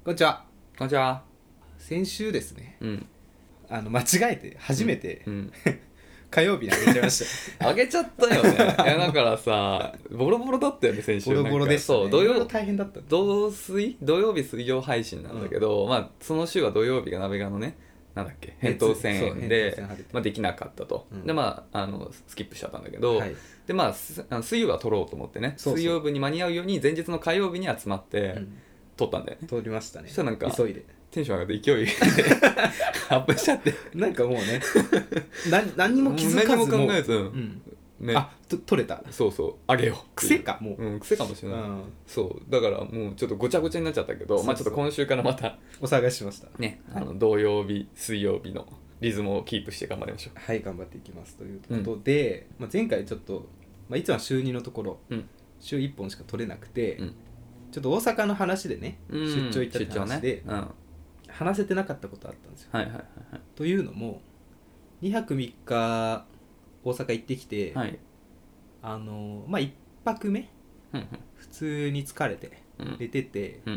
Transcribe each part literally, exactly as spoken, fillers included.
こんにちは。 こんにちは。 先週ですね、 うん。 あの間違えて初めて、 うん。 火曜日にあげちゃいましあげちゃったよね。いやだからさ、ボロボロだったよね先週。 ボロボロでしたね。 そう、土曜いろいろ大変だったんだ。 土水土曜日水曜配信なんだけど、まあその週は土曜日が鍋がのね、なんだっけ、扁桃腺炎で、まあできなかったと。 うんでまああのスキップしちゃったんだけど、 はい、 でまあすあの水曜は撮ろうと思ってね、 そうそう水曜日に間に合うように前日の火曜日に集まってうん撮ったんだよね。 通りましたね。 そしたらなんか急いでテンション上がって勢いアップしちゃって、 なんかもうねな何にも気づかずも何も考えず、 うんね、 あと取れた。 そうそうあげようっていう癖かもう、 うん、癖かもしれない、 うんそうだからもうちょっとごちゃごちゃになっちゃったけど、 そうそうまあちょっと今週からまたお探ししました。 ね、 はいあの土曜日水曜日のリズムをキープして頑張りましょはい、頑張っていきますということで、まあ、前回ちょっと、まあ、いつもは週にのところ、 うん週いっぽんしか取れなくて、 うんちょっと大阪の話でね、 う、うん、 出張行ったって話で、 出張ね、うん、はい話せてなかったことあったんですよ。 はいはいというのもにはくみっか大阪行ってきて、 はいはいあのまあいっぱくめうん普通に疲れてうん寝てて、 うん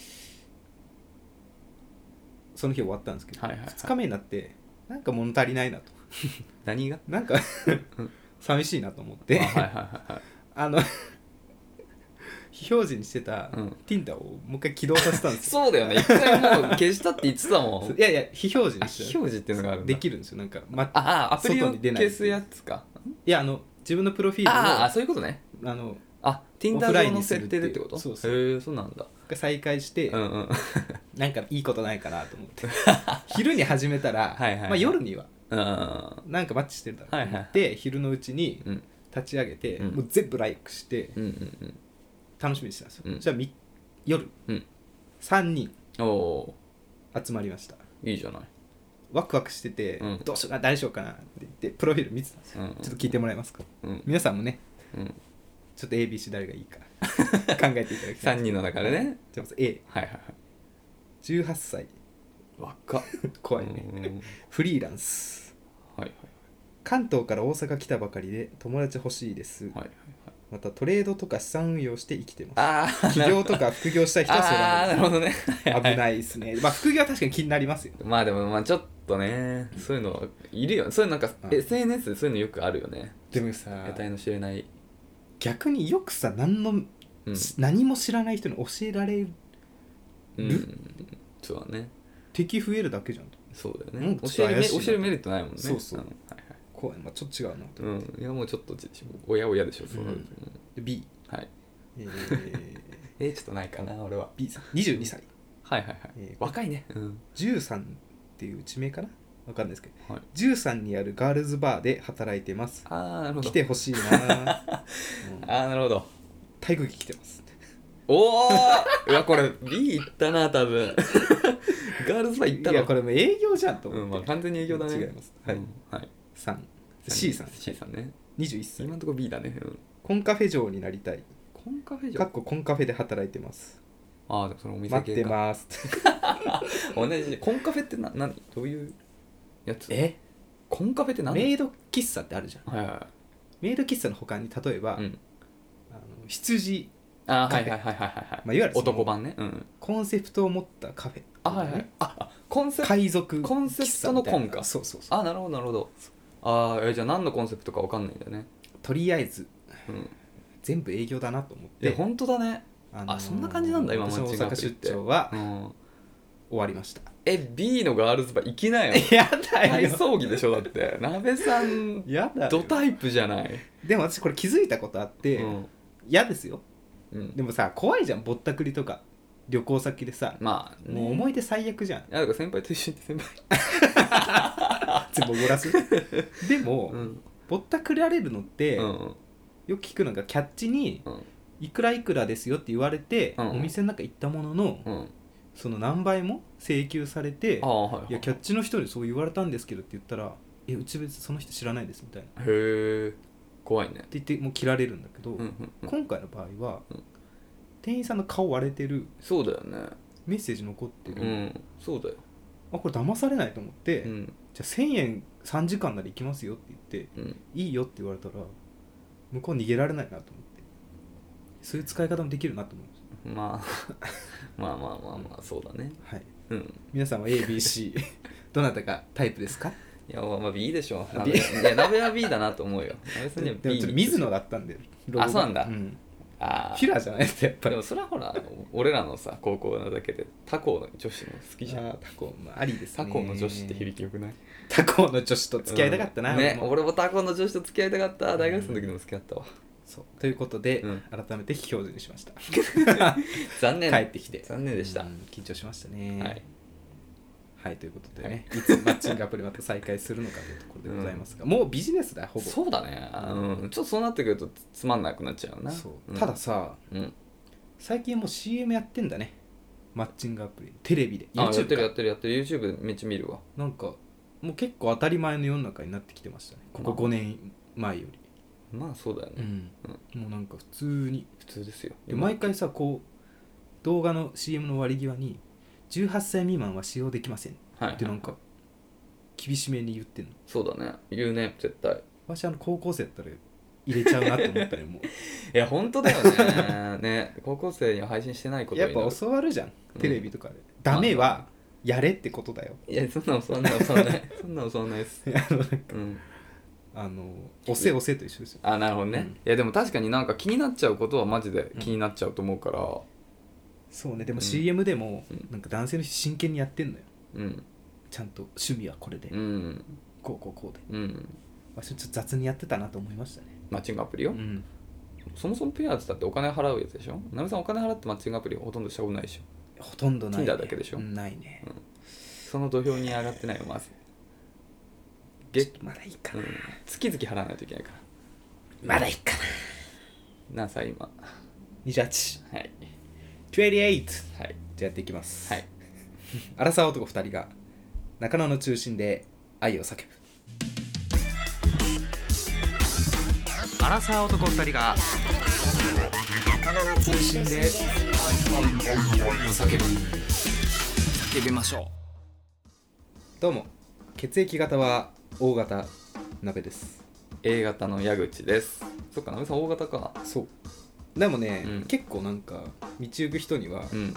その日終わったんですけど、 はいはいはいふつかめになってなんか物足りないなと何がなんか寂しいなと思ってあはいはいはいはいあの非表示にしてたうん Tinder をもう一回起動させたんですよ。 そうだよね、一回もう消したって言ってたもんいやいや非表示あにして非表示っていうのがあるんだできるんですよ。なんか、ま、 ああアプリを外に出ない消すやつかいやあの自分のプロフィールをああそういうことね。 あのあ、 オフ Tinder ライン上のにするっていう設定でってこと？ そうそうへえ、そうなんだ。 再開して、 うんうん。 なんかいいことないかなと思って昼に始めたらはいはいはいまあ、夜にはうんなんかマッチしてるだろうと思はいはいって、昼のうちにうん立ち上げて、 うんもう全部ライクしてうんうん楽しみにしてたんですよ、 うんじゃあみ夜、 うんさんにんうん。おお集まりました。 ー、いいじゃない。 ワクワクしてて、 うんどうしようかな誰しようかなって言ってプロフィール見てたんですよ、 うんうんちょっと聞いてもらえますか。 うん皆さんもねうん。 ちょっと エービーシー 誰がいいか考えていただきたい三人の中でね。 じゃあまず A はいはいはい。 じゅうはっさい若っ。 怖いね、 うんフリーランス、 はい関東から大阪来たばかりで友達欲しいです、 はいはいはいはい。 またトレードとか資産運用して生きてます。 ああ、 起業とか副業したい人はそうああ、なるほどね。 危ないですね。まあ副業は確かに気になりますよ。 まあでもまあちょっとね、そういうのいるよ。そういうなんかうんエスエヌエス でそういうのよくあるよね。 でもさ得体の知れない。 逆によくさ何の、 うん。 何も知らない人に教えられるうん。そうだね。 敵増えるだけじゃんと。 そうだよね。 なんかち教えるめょっと怪しいな教えるメリットないもんね。 そうそうんはいはい。 怖い、まあ、ちょっと違うなと。 うん。いやもうちょっとおやおやでしょ。そうなるとうんで B、 はい。 えー、 えー、ちょっとないかな俺は。 B さんにじゅうにさい、 はいはいはい。 えー若いね。うん。 じゅうさんっていう地名かなわかんないですけど、 はい。 じゅうさんにあるガールズバーで働いてます。 ああなるほど。 来てほしいな、うんああなるほど。 体育着来てます。 おお。うわこれ B いったな多分。ガールズバー行ったの。 いやこれもう営業じゃんと思って、 うんまあ完全に営業だね。 違います。はい、 うんはい。 さん C さん C さんね。 にじゅういっさい、 今のところ B だね。うん。 コンカフェ嬢になりたい。 コンカフェ嬢。 かっこコンカフェで働いてます。 ああでもそのお店待って系か。 ます。 同じ。コンカフェってな何どういうやつ？ えコンカフェって何？ メイド喫茶ってあるじゃん。 はいはいはい。 メイド喫茶の他に例えば、 うん。 あの羊、 あーカフェはいはいはいはいはい。 まあ、いわゆるその男版ね。うん。 コンセプトを持ったカフェ、 あはいはい。ああコンセプト。 海賊コンセプトのコンか喫茶みたいなそうそうそう。 あなるほどなるほど。ああえじゃあ何のコンセプトかわかんないんだよね。 とりあえずうん。 全部営業だなと思っえて、 本当だね。 あのーあそんな感じなんだ今私の大阪マッチングアプリって出張はうん。 終わりました。 え B のガールズバー行きなよ。 やだ体よ。 操着でしょだって。鍋さんやだよ。 ドタイプじゃない。 でも私これ気づいたことあってうん。 嫌、ですよ。 うん。 でもさ怖いじゃん、ぼったくりとか旅行先でさ、 まあ、ね、 もう思い出最悪じゃん。 いやだから先輩と一緒に先輩。 全部おごらすでも、 うん。 ぼったくられるのって、 うん。 よく聞くのがキャッチにうん。 いくらいくらですよって言われて、 うんお店の中行ったものの、 うん。 その何倍も請求されて、 ああはいはい。 いやキャッチの人にそう言われたんですけどって言ったら、えうち別にその人知らないですみたいなってへえ。怖いね。 言ってもう切られるんだけど、 うんうんうん。 今回の場合は、 うん店員さんの顔割れてる、 そうだよね。 メッセージ残ってる、 うん。そうだよ。 あこれ騙されないと思って、 うん。 じゃあせんえんさんじかんなら行きますよって言ってうん。 いいよって言われたら向こう逃げられないなと思って、そういう使い方もできるなと思いましまあまあまあまあまあそうだね。 はい、 うん。 皆さんは エービーシー どなたがタイプですか？ いやまあ B でしょ。 あ B 鍋いや鍋は B だなと思うよ。鍋さんにはでも B ちょっと水野だったんだよ。 あそうなんだ。 うんあフィラーじゃないですやっぱり。 でもそれはほら俺らのさ高校なだけで他校の女子も好きじゃん。 あタコ、まあ、ありですね。 他校の女子って響きよくない？ タコの女子と付き合いたかったな、 うんね、 俺も俺も他校の女子と付き合いたかった。大学生の時にも付き合ったわ。 そうということで、 うん改めて非表示にしました残念。 帰ってきて残念でした。 うん緊張しましたね。 はい、 はいということでね、い、つマッチングアプリまた再開するのかというところでございますが、もうビジネスだほぼ。 そうだね、うん、ちょっとそうなってくるとつまんなくなっちゃうな。 そううんたださ、 うん、 最近もう シーエム やってんだね、マッチングアプリテレビで。 あやってるやかってるやってる YouTube めっちゃ見るわ。 なんかもう結構当たり前の世の中になってきてましたね、ここごねんまえより。 まあそうだよね、 うん、もうなんか普通に普通ですよ。 で毎回さこう動画の シーエム の割り際にじゅうはっさい未満は使用できませんはい、 ってなんか厳しめに言ってんの。 そうだね、言うね絶対。 私あの高校生だったら入れちゃうなって思ったねもういや本当だよねね高校生には配信してないことやっになる。 ぱ教わるじゃんテレビとかで、ダメはやれってことだよ。 いやそんな教わんない教わんないそんな教わんないですあのうんあの押せ押せと一緒ですよ。 あなるほどね、 うんいやでも確かになんか気になっちゃうことはマジで気になっちゃうと思うからそうね、でもうんシーエム でもうんなんか男性の人真剣にやってんのよ。 うんちゃんと趣味はこれで、 うんこうこうこうで、 うん私ちょっと雑にやってたなと思いましたね。 マッチングアプリを、 うんそもそもペアーズだってお金払うやつでしょ。なべさんお金払ってマッチングアプリほとんどしたことないでしょ。 ほとんどない、ね、 Tinder だけでしょうんないね、 うんその土俵に上がってないよまず。 ちょっとまだいいかな、 うん、月々払わないといけないから。 まだいいかな。 何歳今？ にじゅうはち、 はいにじゅうはち。 はいじゃあやっていきます。 はい。 アラサー男ふたりが中野の中心で愛を叫ぶ。アラサー男ふたりが中野の中心で愛を叫ぶ。 叫びましょう。 どうも、血液型は O 型鍋です。 A 型の矢口です。そっかなべさん O 型か。 そうでもね、 うん結構なんか道行く人にはうん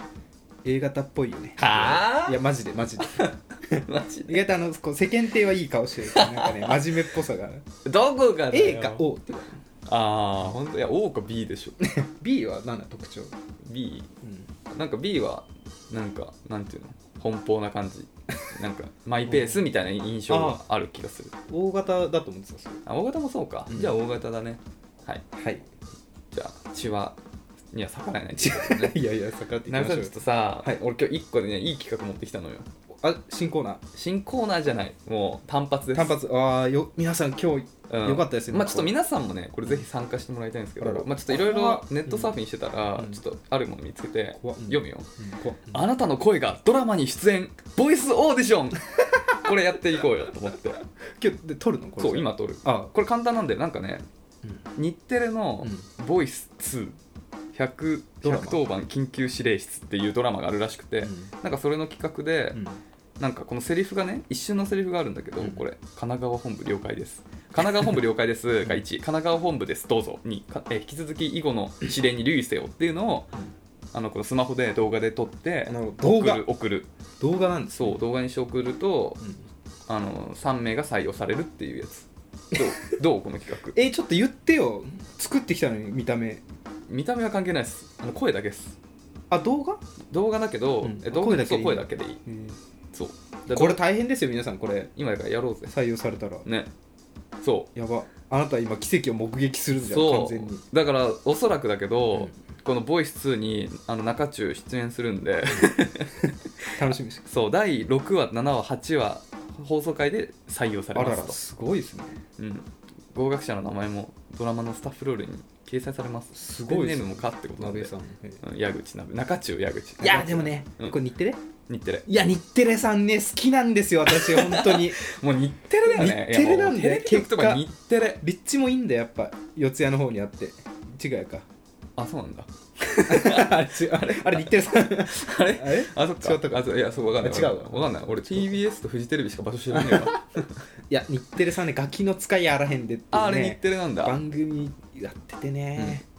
A 型っぽいよね。 はあいやマジでマジでマジで意外とあのこう世間体はいい顔してるからなんかね真面目っぽさがどこがだよ A か O って言われる。 ああほんといや O か B でしょ B は何だ特徴？ B うんなんか B はなんかなんていうの奔放な感じなんかマイペースみたいな印象がある気がする。 O 型だと思ってたそれ。 あ O 型もそうか、 うんじゃあ O 型だね。はいはいじゃあ血はには逆らえないってことねいやいや逆らっていきなべさんましょうよ。 ちょっとさ、 はい俺今日いっこでねいい企画持ってきたのよ。 あ新コーナー新コーナーじゃないもう単発です。 単発。ああよ皆さん今日うんよかったですね。 まあちょっと皆さんもねこれぜひ参加してもらいたいんですけど、 あららまあちょっといろいろネットサーフィンしてたら、 うんちょっとあるもの見つけて怖っうん読むよ、 うんこうあなたの声がドラマに出演ボイスオーディションこれやっていこうよと思って今日で撮るのこれ？ そう今撮る。 あこれ簡単なんでなんかねうん日テレのうんボイスツーひゃくドラマひゃくとおばん緊急指令室っていうドラマがあるらしくて、なんかそれの企画で、 うんなんかこのセリフがね一瞬のセリフがあるんだけど、 うんこれ神奈川本部了解です神奈川本部了解ですがいち神奈川本部ですどうぞにかえ引き続き以後の指令に留意せよっていうのをあのこのスマホで動画で撮ってなるほど動画送る送る動画なんですね。 そう動画にして送るとうんあのさん名が採用されるっていうやつどうどうこの企画えーちょっと言ってよ。作ってきたのに見た目。 見た目は関係ないですあの声だけですあ動画？ 動画だけど、 うんえ動画そう声だけいい声だけでいいそうだこれ大変ですよ皆さんこれ今だからやろうぜ採用されたら。 ねそうやば。あなたは今奇跡を目撃するんじゃんそう完全に。 だからおそらくだけど、 うんこのボイスツーにあの中中出演するんで楽しみにして。 そうだいろくわななわはちわ放送回で採用されあららますとすごいですね。 うん、合格者の名前もドラマのスタッフロールに掲載されますすごいですねペンネームもかってことなんで鍋さん。えうん矢口鍋中中矢口いやでもね、 うんこれ日テレ？ 日テレいや日テレさんね好きなんですよ私本当に。 もう日テレだよね日テレなんでいやもうテレビ局とか日テレ立地もいいんだよやっぱ四谷の方にあって違うか。 あそうなんだあれ違うあれあれ日テレさん。 あれあれあそっか違ったかあそういやそうわかんないあ違うわかんない俺 ティービーエス とフジテレビしか場所知らねえわいや日テレさんねガキの使いやあらへんでっていうねああれ日テレなんだ番組やっててね、い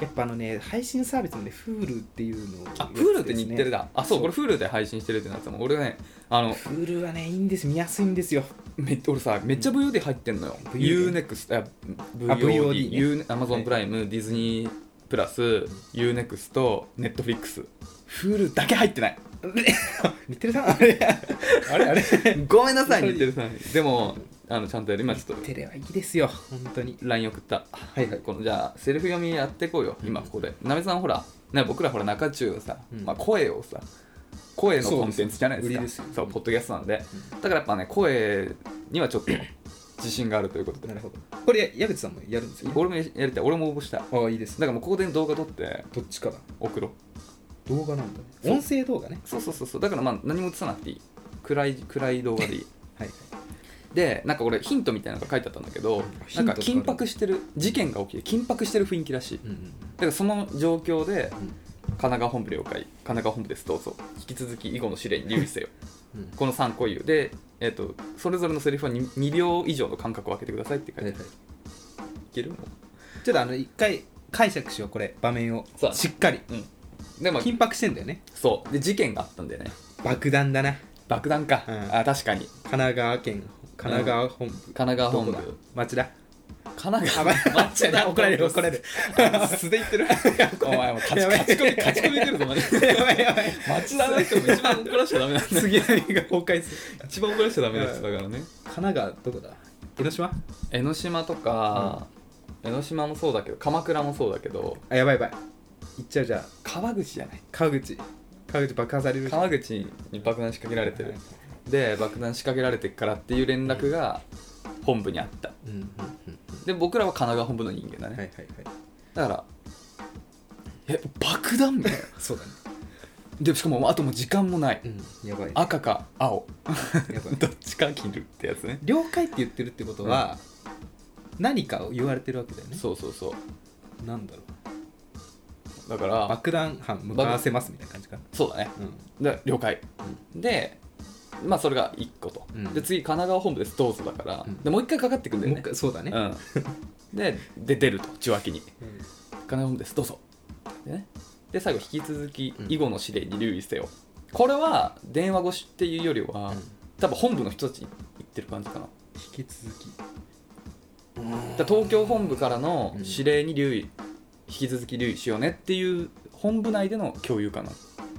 やっぱあのね配信サービスもね Hulu っていうのを、 あ Hulu って日テレだ。あそう、これ Hulu で配信してるってなってたもん。俺ねあの Hulu はねいいんです見やすいんですよ。 め俺さめっちゃ ブイオーディー 入ってんのよ、 ブイオーディーユーネクスト、あ ブイオあ ブイオーディーーディー、 ねユー Amazon プライム、ディズニープラス、ユーネクスト、ネットフリックス、Hulu だけ入ってない。 日テレさんあれあれあれごめんなさい日テレさん。でもあのちゃんとやる。今ちょっとテレはいいですよ本当に。 ライン 送った。 はいはい。 このじゃあセルフ読みやっていこうよ今ここで。なべさんほら、ね、僕らほら中中をさ、 うんまあ、声をさ声のコンテンツじゃないですか。 そうです売りですよそうポッドキャストなんで、だからやっぱね声にはちょっと自信があるということで。 なるほど。これ矢口さんもやるんですよね。 俺もやりたい。俺も応募した。だかああいいですね。 らもうここで動画撮ってどっちかだ。 送ろう。 動画なんだね。 そう音声動画ね。 そうそうそうそう。だからまあ何も映さなくていい。暗い暗い動画でいい。 はいはい。 でなんか俺ヒントみたいなのが書いてあったんだけど、なんか緊迫してる事件が起きて緊迫してる雰囲気らしい。 うんうんだからその状況で、 うん神奈川本部了解、神奈川本部ですどうぞ、引き続き以後の試練に留意せようんこのさんこ言うで、えー、とそれぞれのセリフは に, にびょう以上の間隔を空けてくださいって書いてある。 はいはい。 いけるもん。 ちょっとあの一回解釈しようこれ場面をそうしっかり。 うんでも緊迫してんだよね。 そうで事件があったんだよね。 爆弾だな。 爆弾か、 うんあ確かに神奈川県神奈川本部。 神奈川本部どこだ町田。 神奈あ、 川町田怒られる怒られる。 素で言ってるお前もう勝ちやばい勝ち込み勝ち込み出るぞマジでやばいやばい。 町田の人も一番怒らしちゃダメなんだよ。 杉並が崩壊する。 一番怒らしちゃダメなやつだからね。 神奈川どこだ。江ノ島。 江ノ島とか、江ノ島もそうだけど鎌倉もそうだけど、 あやばいやばい。行っちゃうじゃあ川口じゃない。 川口川口爆破される。 川口に爆弾仕掛けられてる。で爆弾仕掛けられてからっていう連絡が本部にあった。 うんうんうんで僕らは神奈川本部の人間だね、 はいはいはい。 だからえ爆弾みたいなそうだね。 でしかもあともう時間もない。 うんやばい。 赤か青やばい。 どっちか切るってやつね。 了解って言ってるってことは、何かを言われてるわけだよね。 そうそうそうなんだろう。 だから爆弾犯向かわせますみたいな感じかな。 そうだね。 うんで了解、でまあそれがいっこと、 うんで次神奈川本部ですどうぞだから、 うんでもう一回かかってくんだよもうね。 一回そうだね。 うん、でで出ると受話器にうん神奈川本部ですどうぞでね、で最後引き続きうん以後の指令に留意せよ。これは電話越しっていうよりは、 うん多分本部の人たちに言ってる感じかな。 引き続き。 だから東京本部からのうん指令に留意、引き続き留意しようねっていう本部内での共有かな。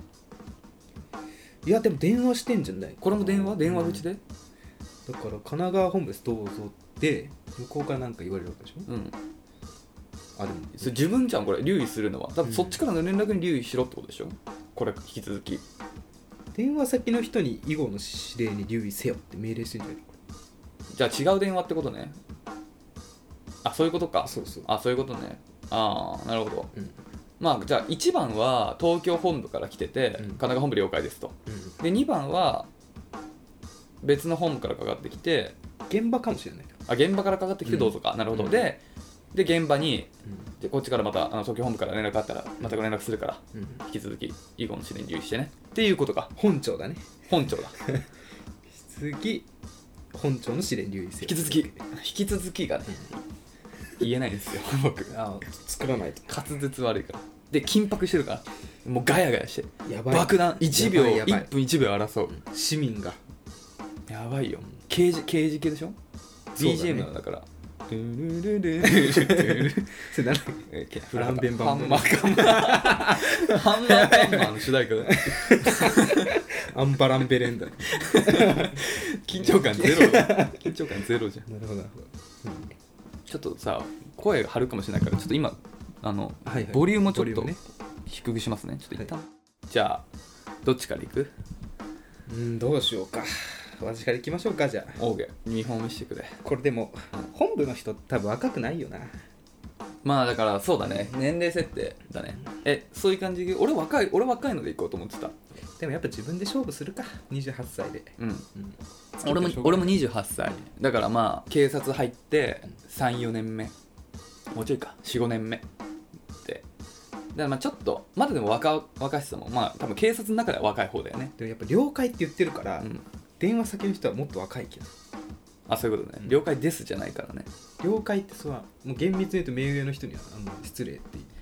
いやでも電話してんじゃない。 これも電話電話口で、 だから神奈川本部ですどうぞって向こうから何か言われるわけでしょ。 うん、 あでもそれ自分じゃんこれ留意するのは多分そっちからの連絡に留意しろってことでしょ。これ引き続き電話先の人に以後の指令に留意せよって命令してんじゃない。 じゃあ違う電話ってことね。あそういうことか。 そうそう。 あそういうことね。ああなるほど。 うんまあじゃあいちばんは東京本部から来てて、 うん神奈川本部了解ですと。 うんでにばんは別の本部からかかってきて、 現場かもしれない。 あ現場からかかってきてどうぞか、なるほど。 うんでで現場にうんでこっちからまたあの東京本部から連絡あったらまたご連絡するから、 うん引き続き以後の指令に留意してねっていうことか。 本庁だね。 本庁だ。 引き続き本庁の指令に留意せよ。 引き続き引き続きがね言えないですよ僕。 あ作らないと。 滑舌悪いから。で緊迫してるからもうガヤガヤしてやばい。 爆弾いちびょうやばいやばいいっぷんいちびょう争う。 市民がやばいよ。刑事刑事系でしょ。 そうだねビージーエム なんだからルルルルルルルそれ何フランベンバンハンマーカンマーハンマーカンマーの主題歌だ。 アンバランベレンダ。 緊張感ゼロだ。緊張感ゼロじゃん。 なるほどなるほど。 ちょっとさ声が張るかもしれないからちょっと今あの、 はいはいボリュームをちょっとボリュームね低くしますね。ちょっと一旦、じゃあどっちからいく？ うんどうしようか。私から行きましょうかじゃあ。 オーケーにほんめしてくれ。 これでも本部の人多分若くないよな。 まあだからそうだね、年齢設定だね。えそういう感じで俺若い俺若いのでいこうと思ってた。 でもやっぱ自分で勝負するか。にじゅうはっさいで。 うん、 うん俺も俺もにじゅうはっさいだからまあ警察入ってさんよねんめもうちょいか よんごねんめでだからまあちょっとまだでも若若しさもまあ多分警察の中では若い方だよね。 でもやっぱ了解って言ってるから、 うん、 電話先の人はもっと若いけど。 あそういうことね、 うん了解ですじゃないからね。 了解ってそうはもう厳密に言うと目上の人にはあの失礼って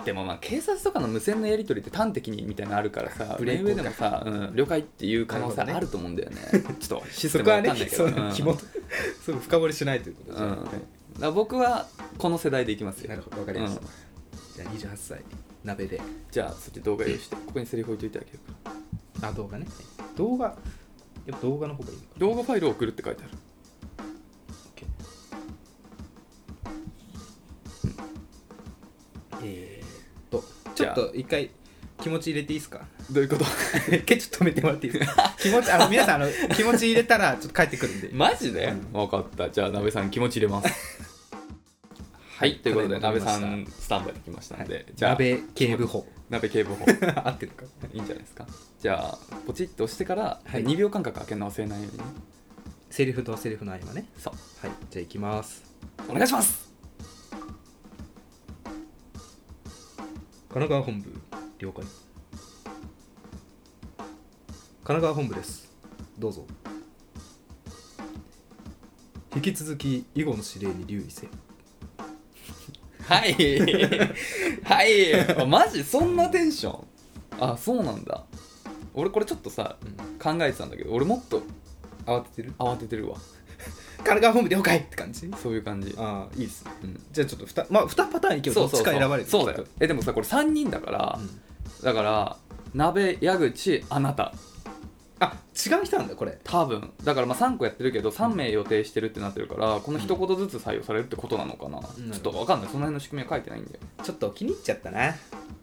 でもまあ警察とかの無線のやり取りって端的にみたいなのあるからさ、 ブレイク目上でもさ、うん、了解っていう可能性あると思うんだよね。ちょっとシステムわかんないけど、 そこはね、その肝そう深掘りしないということですね、 うん、だから僕はこの世代でいきますよ。 なるほど、わかりました、 うん、 じゃあにじゅうはっさい鍋で、 じゃあそっち動画用意してここにセリフ置いといてあげようか。 あ、動画ね、動画、やっぱ動画の方がいいのか、 動画ファイルを送るって書いてある。 OK、えー、っとちょっと一回気持ち入れていいですか。 どういうことケチ止めてもらっていいですか。気持ち、あの皆さん、あの気持ち入れたらちょっと帰ってくるんで。 マジで、 うん、 分かった。じゃあ鍋さん気持ち入れますはいということで鍋さんスタンバイできましたので、はい、じゃあ鍋警部補鍋警部補合ってるかいいんじゃないですか。じゃあポチッと押してから、 はい、 にびょうかん隔開けるの忘れないようにね。 セリフとセリフの合間ね。 そう、 はい、じゃあいきます。 お願いします。 神奈川本部了解。神奈川本部です。どうぞ。引き続き以後の指令に留意せ。 はいはいあ、マジそんなテンション。あ、そうなんだ。俺これちょっとさ、うん、考えてたんだけど、俺もっと慌ててる慌ててるわ。 神奈川本部了解って感じ。 そういう感じ。 ああ、いいですね、うん、じゃあちょっと 2, まあ、にパターンいけばどっちか選ばれる。 そうだよ。えでもさこれさんにんだから、うん、だから鍋、矢口、あなた。 あ、違う人なんだこれ多分。だからまあさんこやってるけどさんめい予定してるってなってるから、うん、この一言ずつ採用されるってことなのかな、うん、ちょっと分かんない。その辺の仕組みは書いてないんだよ。 ちょっと気に入っちゃったな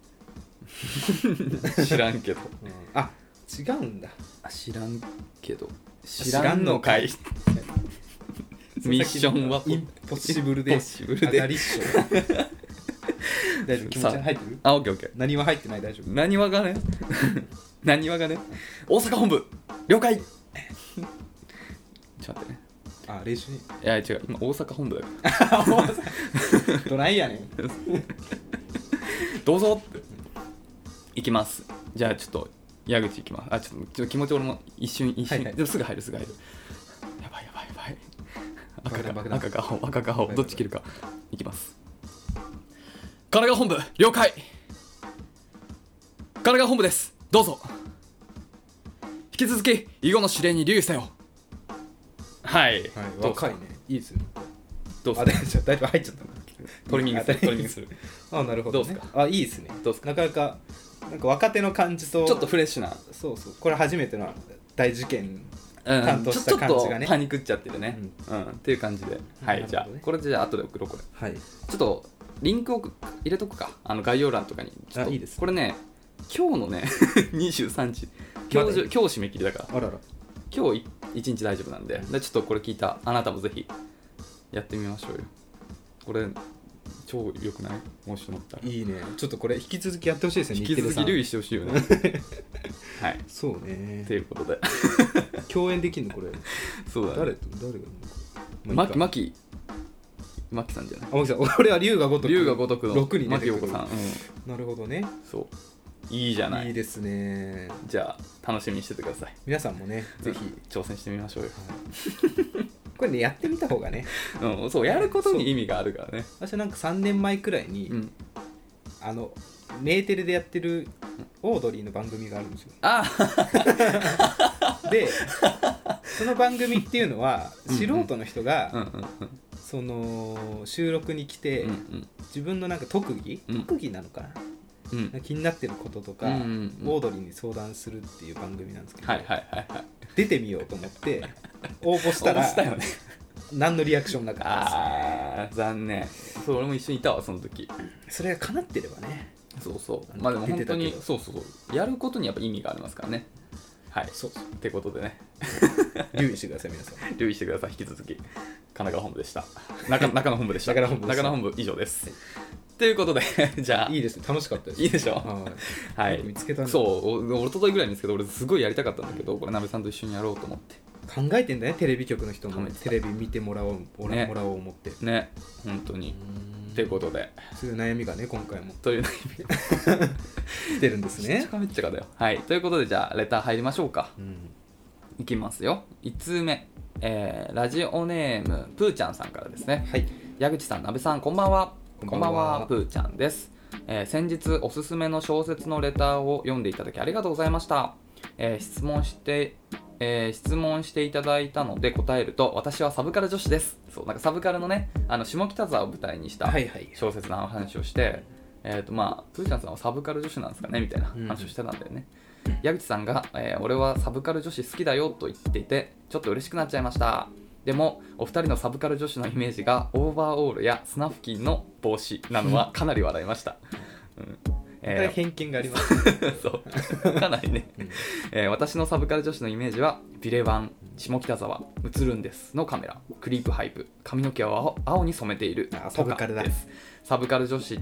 知らんけど、 うん、あ、違うんだ。 知らんけど知らんのかいミッションはインポッシブルで当たりっしょ大丈夫、気持ち入ってる。 あ、オッケーオッケー。 何は入ってない。大丈夫。 何はがね何はがね大阪本部了解ちょっと待ってね。 あ、練習に。 いや違う、今大阪本部だよどないやねんどうぞっていきます。じゃあちょっと矢口いきます。あ、ちょっと、ちょっと気持ち俺も一瞬一瞬、はいはい、でもすぐ入るすぐ入る。やばいやばいやばい。赤か赤か青赤か青どっち切るか。いきます。神奈川本部了解。神奈川本部です。どうぞ。引き続き以後の指令に留意せよ。はい、はい、 若いね。いいですね。 どうすか。 あ、大丈夫大丈夫、入っちゃった。 トリミングするトリミングするあ、なるほど、ね、 どうですか。 あ、いいですね。 どうですか。 なかなかなんか若手の感じとちょっとフレッシュな。 そうそう、これ初めての大事件担当した感じがね、うん、 ちょっとパニクっちゃってるね、うん、うん、っていう感じで、はい、ね、じゃあこれじゃあ後で送ろうこれ。はい。ちょっとリンクを入れとくか、あの概要欄とかに。ちょっといいです、ね、 これね、今日のねにじゅうさんじ今日、ま、今日締め切りだから。 あらら。 今日いちにち大丈夫なんで、でちょっとこれ聞いたあなたもぜひやってみましょうよ。これ超良くない？もしと思ったら。 いいね。ちょっとこれ引き続きやってほしいですね。 引き続き留意してほしいよねはい。 そうね。 ということで共演できるのこれ。 そうだね。 誰と誰がいるの？ マキマキマキさんじゃない？ あ、マキさん。俺は龍が如く。 龍が如くのろくにマキヨコさん、うん、 なるほどね。 そう。いいじゃない。 いいですね。 じゃあ楽しみにしててください。 皆さんもね、ぜひ挑戦してみましょうよ。 これね、やってみた方がね、 うん、そう、やることに意味があるからね。 私はなんかさんねんまえくらいに、うん、あのメーテレでやってるオードリーの番組があるんですよ。 あで、その番組っていうのは素人の人がその収録に来て、うんうん、自分のなんか特技、うん、特技なのかな、うん、気になってることとか、うんうんうん、オードリーに相談するっていう番組なんですけど、 はいはいはいはい、 出てみようと思って応募したらしたよ、ね、 何のリアクションなかったです、ね、 あー残念。そう、俺も一緒にいたわその時。 それが叶ってればね。 そうそう、まあでも本当にそうそうそう、やることにやっぱ意味がありますからね。はい、そうそうってことでね留意してください皆さん。 留意してください。引き続き神奈川本部でした。中, 中野本部でした。 中野本部でした。 中野本部以上です、はい。ということでじゃあいいですね、楽しかったです。 いいでしょ。 はい、はい、見つけたんだ。 そうおとといぐらいに見つけて、俺すごいやりたかったんだけど、これ鍋さんと一緒にやろうと思って考えてんだね。テレビ局の人もテレビ見てもらおう、ね、もらおう思ってね、本当に。ということで、 そういう悩みがね、今回もという悩みが出るんですね。 めっちゃかめっちゃかだよ。はい、ということで、じゃあレター入りましょうか。うん、いきますよ。いちつうめ、えー、ラジオネームプーちゃんさんからですね。 はい。 矢口さん、鍋さん、こんばんは。こんばんは。プーちゃんです。 えー先日おすすめの小説のレターを読んでいただきありがとうございました。えー質問してえー質問していただいたので答えると、私はサブカル女子です。そう、なんかサブカルのね、あの下北沢を舞台にしたはいはい小説の話をして、えーとまあ、プーちゃんさんはサブカル女子なんですかねみたいな話をしてたんだよね。うん、矢口さんが、えー俺はサブカル女子好きだよと言っていて、ちょっと嬉しくなっちゃいました。でもお二人のサブカル女子のイメージがオーバーオールやスナフキンの帽子なのはかなり笑いました。うんえー、偏見がありますそうかなりね、うんえー、私のサブカル女子のイメージはビレバン、下北沢、映るんですのカメラ、クリープハイプ、髪の毛を 青, 青に染めているサブカルだです。サブカル女子って、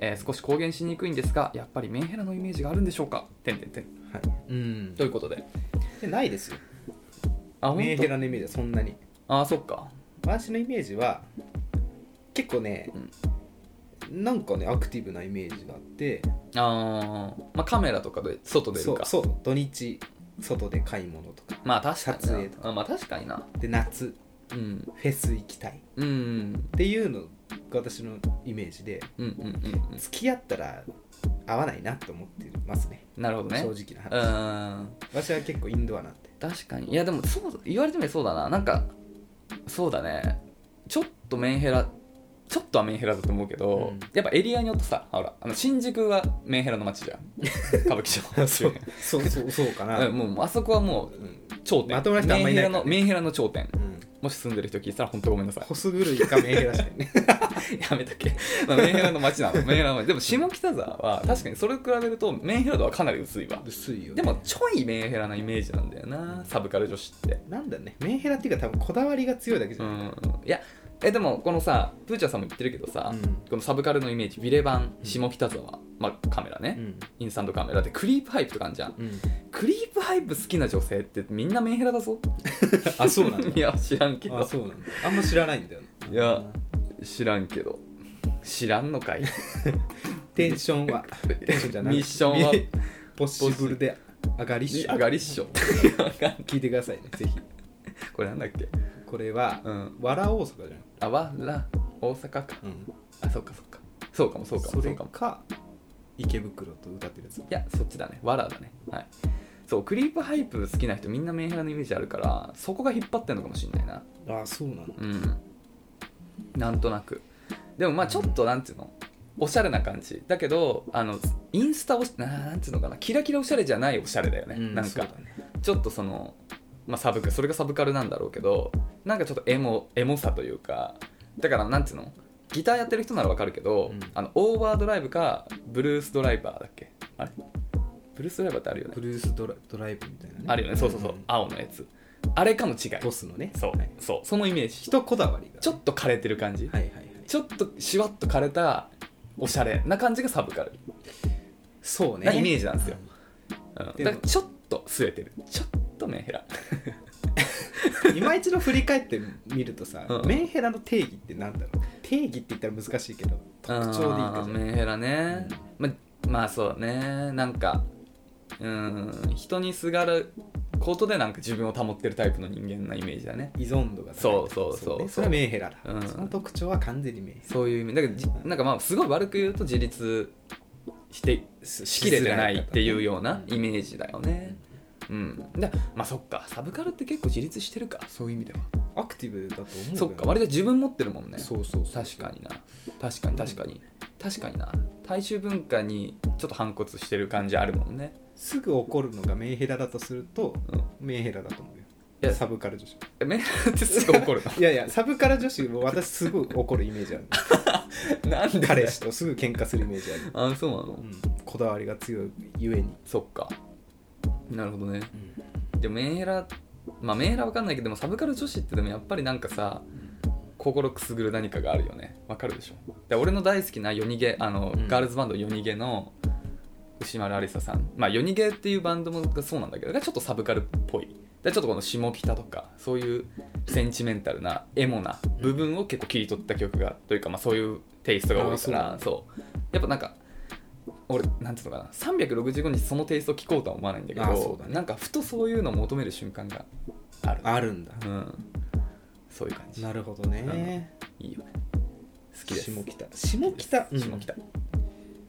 えー、少し公言しにくいんですが、やっぱりメンヘラのイメージがあるんでしょうか。てんてんてん、はい、 うんということででないですよ。 あメンヘラのイメージはそんなに。 ああ、そっか。 私のイメージは結構ね、うん、なんかねアクティブなイメージがあって、 あ、まあ、カメラとかで外出るか。 そうそう、土日外で買い物とか、 まあ確かに撮影とか、 あ、まあ確かにな。 で夏、 うん、 フェス行きたい、 うん、 っていうのが私のイメージで、 うんうんうんうん、 付き合ったら合わないなと思ってますね。 なるほどね。 正直な話。うん、私は結構インドアなんで。 確かに。いやでもそう言われてみればそうだな。なんかそうだね。ちょっとメンヘラ、ちょっとはメンヘラだと思うけど、うん、やっぱエリアによってさ、ほらあの新宿はメンヘラの街じゃん。歌舞伎町そうそうそうそうかな。 もうあそこはもう頂点。まともな人あんまりいないからね。メンヘラの頂点。うん、もし住んでる人聞いたら本当ごめんなさい。 ホス狂いかメンヘラしかね。 やめとけ。まあ、メンヘラの街なの。メンヘラの街。でも下北沢は確かにそれを比べるとメンヘラ度はかなり薄いわ。 薄いよ、ね。 でもちょいメンヘラなイメージなんだよな。サブカル女子って。 なんだね。メンヘラっていうか多分こだわりが強いだけじゃない。うん、 いや。えでもこのさ、プーチャーさんも言ってるけどさ、うん、このサブカルのイメージ、ビレバン、下北沢、うん、まあ、カメラね、うん、インスタントカメラでクリープハイプとかあるじゃん、うん、クリープハイプ好きな女性ってみんなメンヘラだぞ。 あ、そうなんだ。 いや知らんけど。 あ、そうなんだ。あんま知らないんだよ、ね、 いや知らんけど。知らんのかい。 テンションはテンションじゃない、 ミッションはポッシブルで上がりっしょ。 上がりっしょ。 聞いてくださいね、ぜひ。 これなんだっけ。 これは、うん、わら大阪じゃん。 あ、わら大阪か、うん、あ、そうかそうか、そうかもそうかも。 それか池袋と歌ってるやつ。 いやそっちだね、わらだね。はい。そう、クリープハイプ好きな人みんなメンヘラのイメージあるから、そこが引っ張ってんのかもしれないな。 ああ、そうなの。 うん、なんとなく。でもまあちょっとなんていうの、おしゃれな感じだけど、あのインスタおしななんていうのかな、キラキラおしゃれじゃないおしゃれだよね、うん、なんか、ね、ちょっとそのまあ、サブそれがサブカルなんだろうけど、なんかちょっとエモエモさというか、だからなんていうの、ギターやってる人ならわかるけど、うん、あのオーバードライブかブルースドライバーだっけ、あれブルースドライバーってあるよね。 ブルースド ラ, ドライブみたいなね、 あるよね。そうそうそう、うん、青のやつ、あれかの違い、 ボスのね。 そう、はい、そう、そのイメージ、 人こだわりがちょっと枯れてる感じ、 はいはいはい、 ちょっとシワッと枯れたおしゃれな感じがサブカル、 そうね、 なイメージなんですよ、うんうん、だからちょっと据えてる、ちょっとメンヘラ。 今一度振り返ってみるとさ、うん、メンヘラの定義ってなんだろう。定義って言ったら難しいけど特徴でいいかじゃん。 メンヘラね、うん、ま, まあそうね、なんかうん人にすがることでなんか自分を保ってるタイプの人間なイメージだね。 依存度が高い。 そうそうそう、そうね、 それはメンヘラだ、うん、その特徴は完全にメンヘラ。 そういう意味だからじ、なんかまあすごい悪く言うと自立してしきれてないっていうようなイメージだよね。うん、でまあそっか、サブカルって結構自立してるか、そういう意味ではアクティブだと思うよ。 そっか、割と自分持ってるもんね。 そうそうそう、 確かにな、確かに確かに、うん、確かにな、大衆文化にちょっと反骨してる感じあるもんね。 すぐ怒るのがメンヘラだとすると、うん、メンヘラだと思うよ。いやサブカル女子、 メンヘラってすぐ怒るの？ いやいや、サブカル女子も私すぐ怒るイメージある。なんで彼氏とすぐ喧嘩するイメージある。 あ、そうなの、うん、 こだわりが強いゆえに。 そっか、なるほどね、うん、でもメンヘラ、まあメンヘラわかんないけど、でもサブカル女子ってでもやっぱりなんかさ、うん、心くすぐる何かがあるよね。わかるでしょ。で俺の大好きな夜逃げ、あの、うん、ガールズバンド夜逃げの牛丸ありささん、まあ夜逃げっていうバンドもそうなんだけど、ちょっとサブカルっぽいで、ちょっとこの下北とかそういうセンチメンタルなエモな部分を結構切り取った曲が、というかまあそういうテイストが多いから、そうやっぱなんか俺なんていうのかな、さんびゃくろくじゅうごにちそのテイストを聴こうとは思わないんだけど、そうだね、なんかふとそういうのを求める瞬間があるあるんだ、 うん、そういう感じ。 なるほどね、 うん、いいよね、好きです。 下北下北、 うん、下北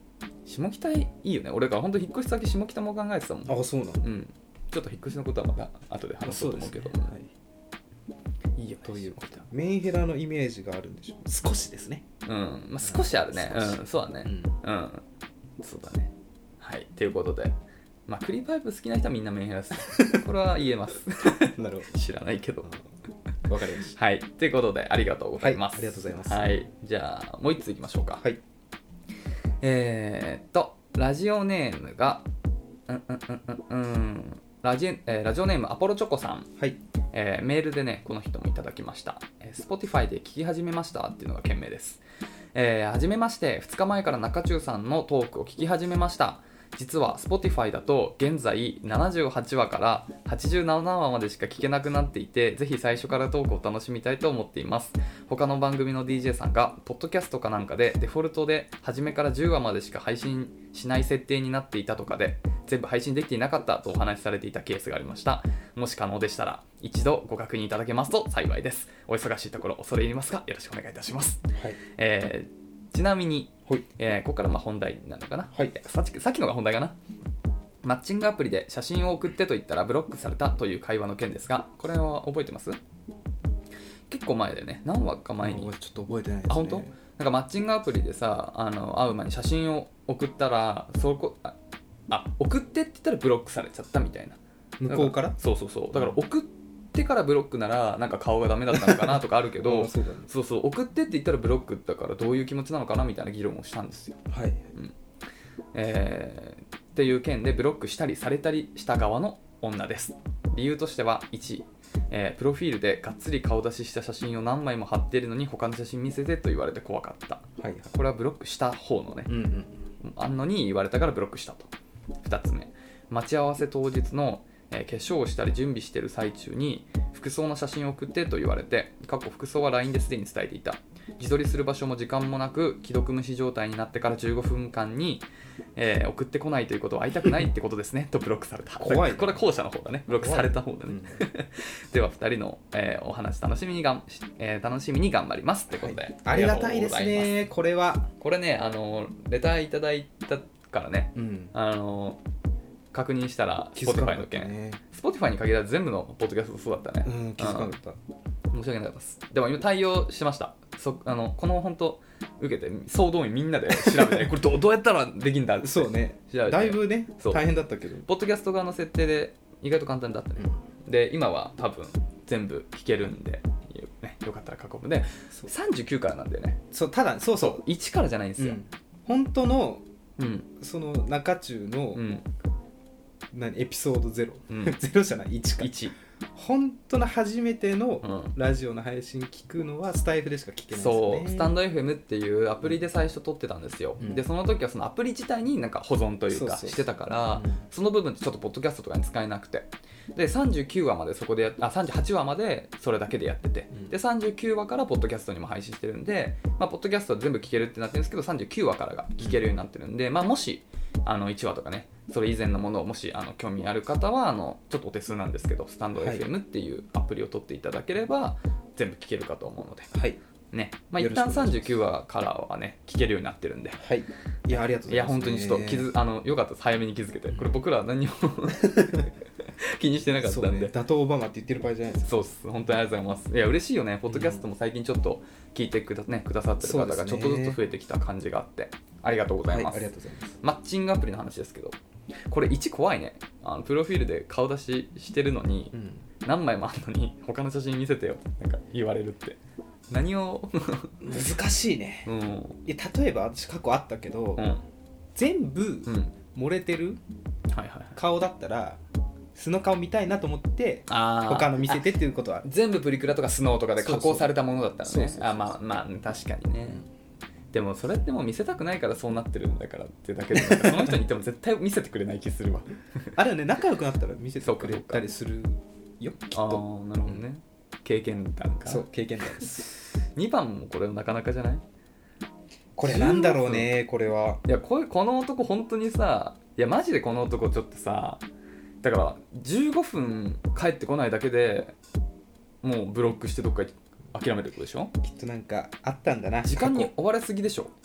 下北いいよね。俺が本当引っ越し先下北も考えてたもん。 あ、そうなの。 うんちょっと引っ越しのことはまた後で話そうと思うけど、 そうですね、はい、 いいよという下北。 メンヘラのイメージがあるんでしょう。少しですね。 うん、まあ、少しあるね。 少しうん、そうだね。 うんうん、そうだね。はい、ということで、まあ、クリーパイプ好きな人はみんなメンヘラです。これは言えます。 なるほど。 知らないけど。 わかりました。 はい、ということで、ありがとうございます。 はいありがとうございますはい、じゃあ、もう一ついきましょうか。 はい。 えー、っと、ラジオネームが、うんうんうんうんうんラジ、えーラジオネームアポロチョコさん。 はい。 えーメールでねこの人もいただきました、えー、Spotify で聞き始めましたっていうのが件名です、えー、はじめまして。ふつかまえから中中さんのトークを聞き始めました。実は Spotify だと現在ななじゅうはちわからはちじゅうななわまでしか聞けなくなっていて、ぜひ最初からトークを楽しみたいと思っています。他の番組の ディージェー さんがポッドキャストかなんかでデフォルトで初めからじゅうわまでしか配信しない設定になっていたとかで全部配信できていなかったとお話しされていたケースがありました。もし可能でしたら一度ご確認いただけますと幸いです。お忙しいところ恐れ入りますがよろしくお願いいたします。 はい。 えーちなみに、 はいえーここからまあ本題なのかな、 はいさっきさっきのが本題かな。マッチングアプリで写真を送ってと言ったらブロックされたという会話の件ですが、これは覚えてます？結構前でね、何話か前に。 ちょっと覚えてないですね。 あ、本当？なんかマッチングアプリでさ、あの会う前に写真を送ったら、そこああ送ってって言ったらブロックされちゃったみたいな。 向こうから？ そうそうそう。だから送ってからブロックならなんか顔がダメだったのかなとかあるけど、 あそうだね。 そうそう送ってって言ったらブロックだからどういう気持ちなのかなみたいな議論をしたんですよ。 はい。 えーっていう件でブロックしたりされたりした側の女です。理由としてはいち、えープロフィールでがっつり顔出しした写真を何枚も貼っているのに他の写真見せてと言われて怖かった。 はい。 これはブロックした方のね、 うんうん。 あんのに言われたからブロックしたと。ふたつめ、待ち合わせ当日の、えー化粧をしたり準備している最中に服装の写真を送ってと言われて、過去服装は ライン ですでに伝えていた。自撮りする場所も時間もなく既読無視状態になってからじゅうごふんかんに、えー送ってこないということは会いたくないってことですねとブロックされた。 怖いねこれは後者の方だね。ブロックされた方だね。 うんではふたりの、えーお話楽しみにがん、えー楽しみに頑張りますってことで、 ありがたいですありがとうございね。これは。 ます。これね、あのレターいただいたからね、 うん。 あの確認したら気づかな Spotify の件、 かったね。 Spotify に限らず全部のポッドキャストそうだったね。 うん、気づかなかった。 申し訳なかったです。でも今対応してました。そあのこの本当受けて総動員みんなで調べてこれどどうやったらできんだってそうね。 調べてだいぶね、 そう大変だったけど。 ポッドキャスト側の設定で意外と簡単だったね。で今は多分全部聞けるんで、ね、よかったら囲むでそうさんじゅうきゅうからなんだよね。 そう、ただ、そうそう。 いちからじゃないんですよ。 うん本当のうんその中中の、 うん何エピソードゼロ、 うんゼロじゃないいちか。 いち、 本当の初めてのうんラジオの配信聞くのはスタイフでしか聞けないですね。 そうスタンド エフエム っていうアプリで最初撮ってたんですよ、 うんでその時はそのアプリ自体になんか保存というかそうそうしてたからうんその部分ってちょっとポッドキャストとかに使えなくて、でさんじゅうきゅうわまでそこでやあさんじゅうはちわまでそれだけでやってて、 うんでさんじゅうきゅうわからポッドキャストにも配信してるんで、まあ、ポッドキャストは全部聞けるってなってるんですけどさんじゅうきゅうわからが聞けるようになってるんで、まあ、もしあのいちわとかねそれ以前のものをもしあの興味ある方はあのちょっとお手数なんですけどスタンド エフエム っていうアプリを取っていただければ全部聞けるかと思うのではいね、まあ、一よろしくお願いします旦さんじゅうきゅうわからはね聞けるようになってるんで、 はい。いやありがとうごいやざいます。 本当にちょっと気づあのよかったです早めに気づけて、これ僕らは何も気にしてなかったそうんね、 で、 打倒オバマって言ってる場合じゃないです。 そうっす本当にありがとうございます。いや嬉しいよね、ポッドキャストも最近ちょっと聞いてくだ,、ね、くださってる方がちょっとずつ増えてきた感じがあってありがとうございます、 はい、ありがとうございます。 マッチングアプリの話ですけど、これいち怖いね。あのプロフィールで顔出ししてるのに、 うん何枚もあるのに他の写真見せてよってなんか言われるって何を難しいね。 うんいや例えば私過去あったけど、 うん全部うん漏れてるはいはいはい顔だったら素の顔見たいなと思ってあー他の見せてっていうことはある。 全部プリクラとかスノーとかで加工されたものだったらねそうそうそうそうあまあまあ確かにね、でもそれってもう見せたくないからそうなってるんだからってだけでなんかその人に言っても絶対見せてくれない気するわあれはね仲良くなったら見せてくれそうかたりするよきっああと。 なるほどね、経験談かそう経験談です。 にばんもこれなかなかじゃない？ これなんだろうねこれは。 いやこれこの男本当にさいやマジでこの男ちょっとさだからじゅうごふん帰ってこないだけでもうブロックしてどっか諦めてることでしょ？ きっとなんかあったんだな。 時間に過去追われすぎでしょ？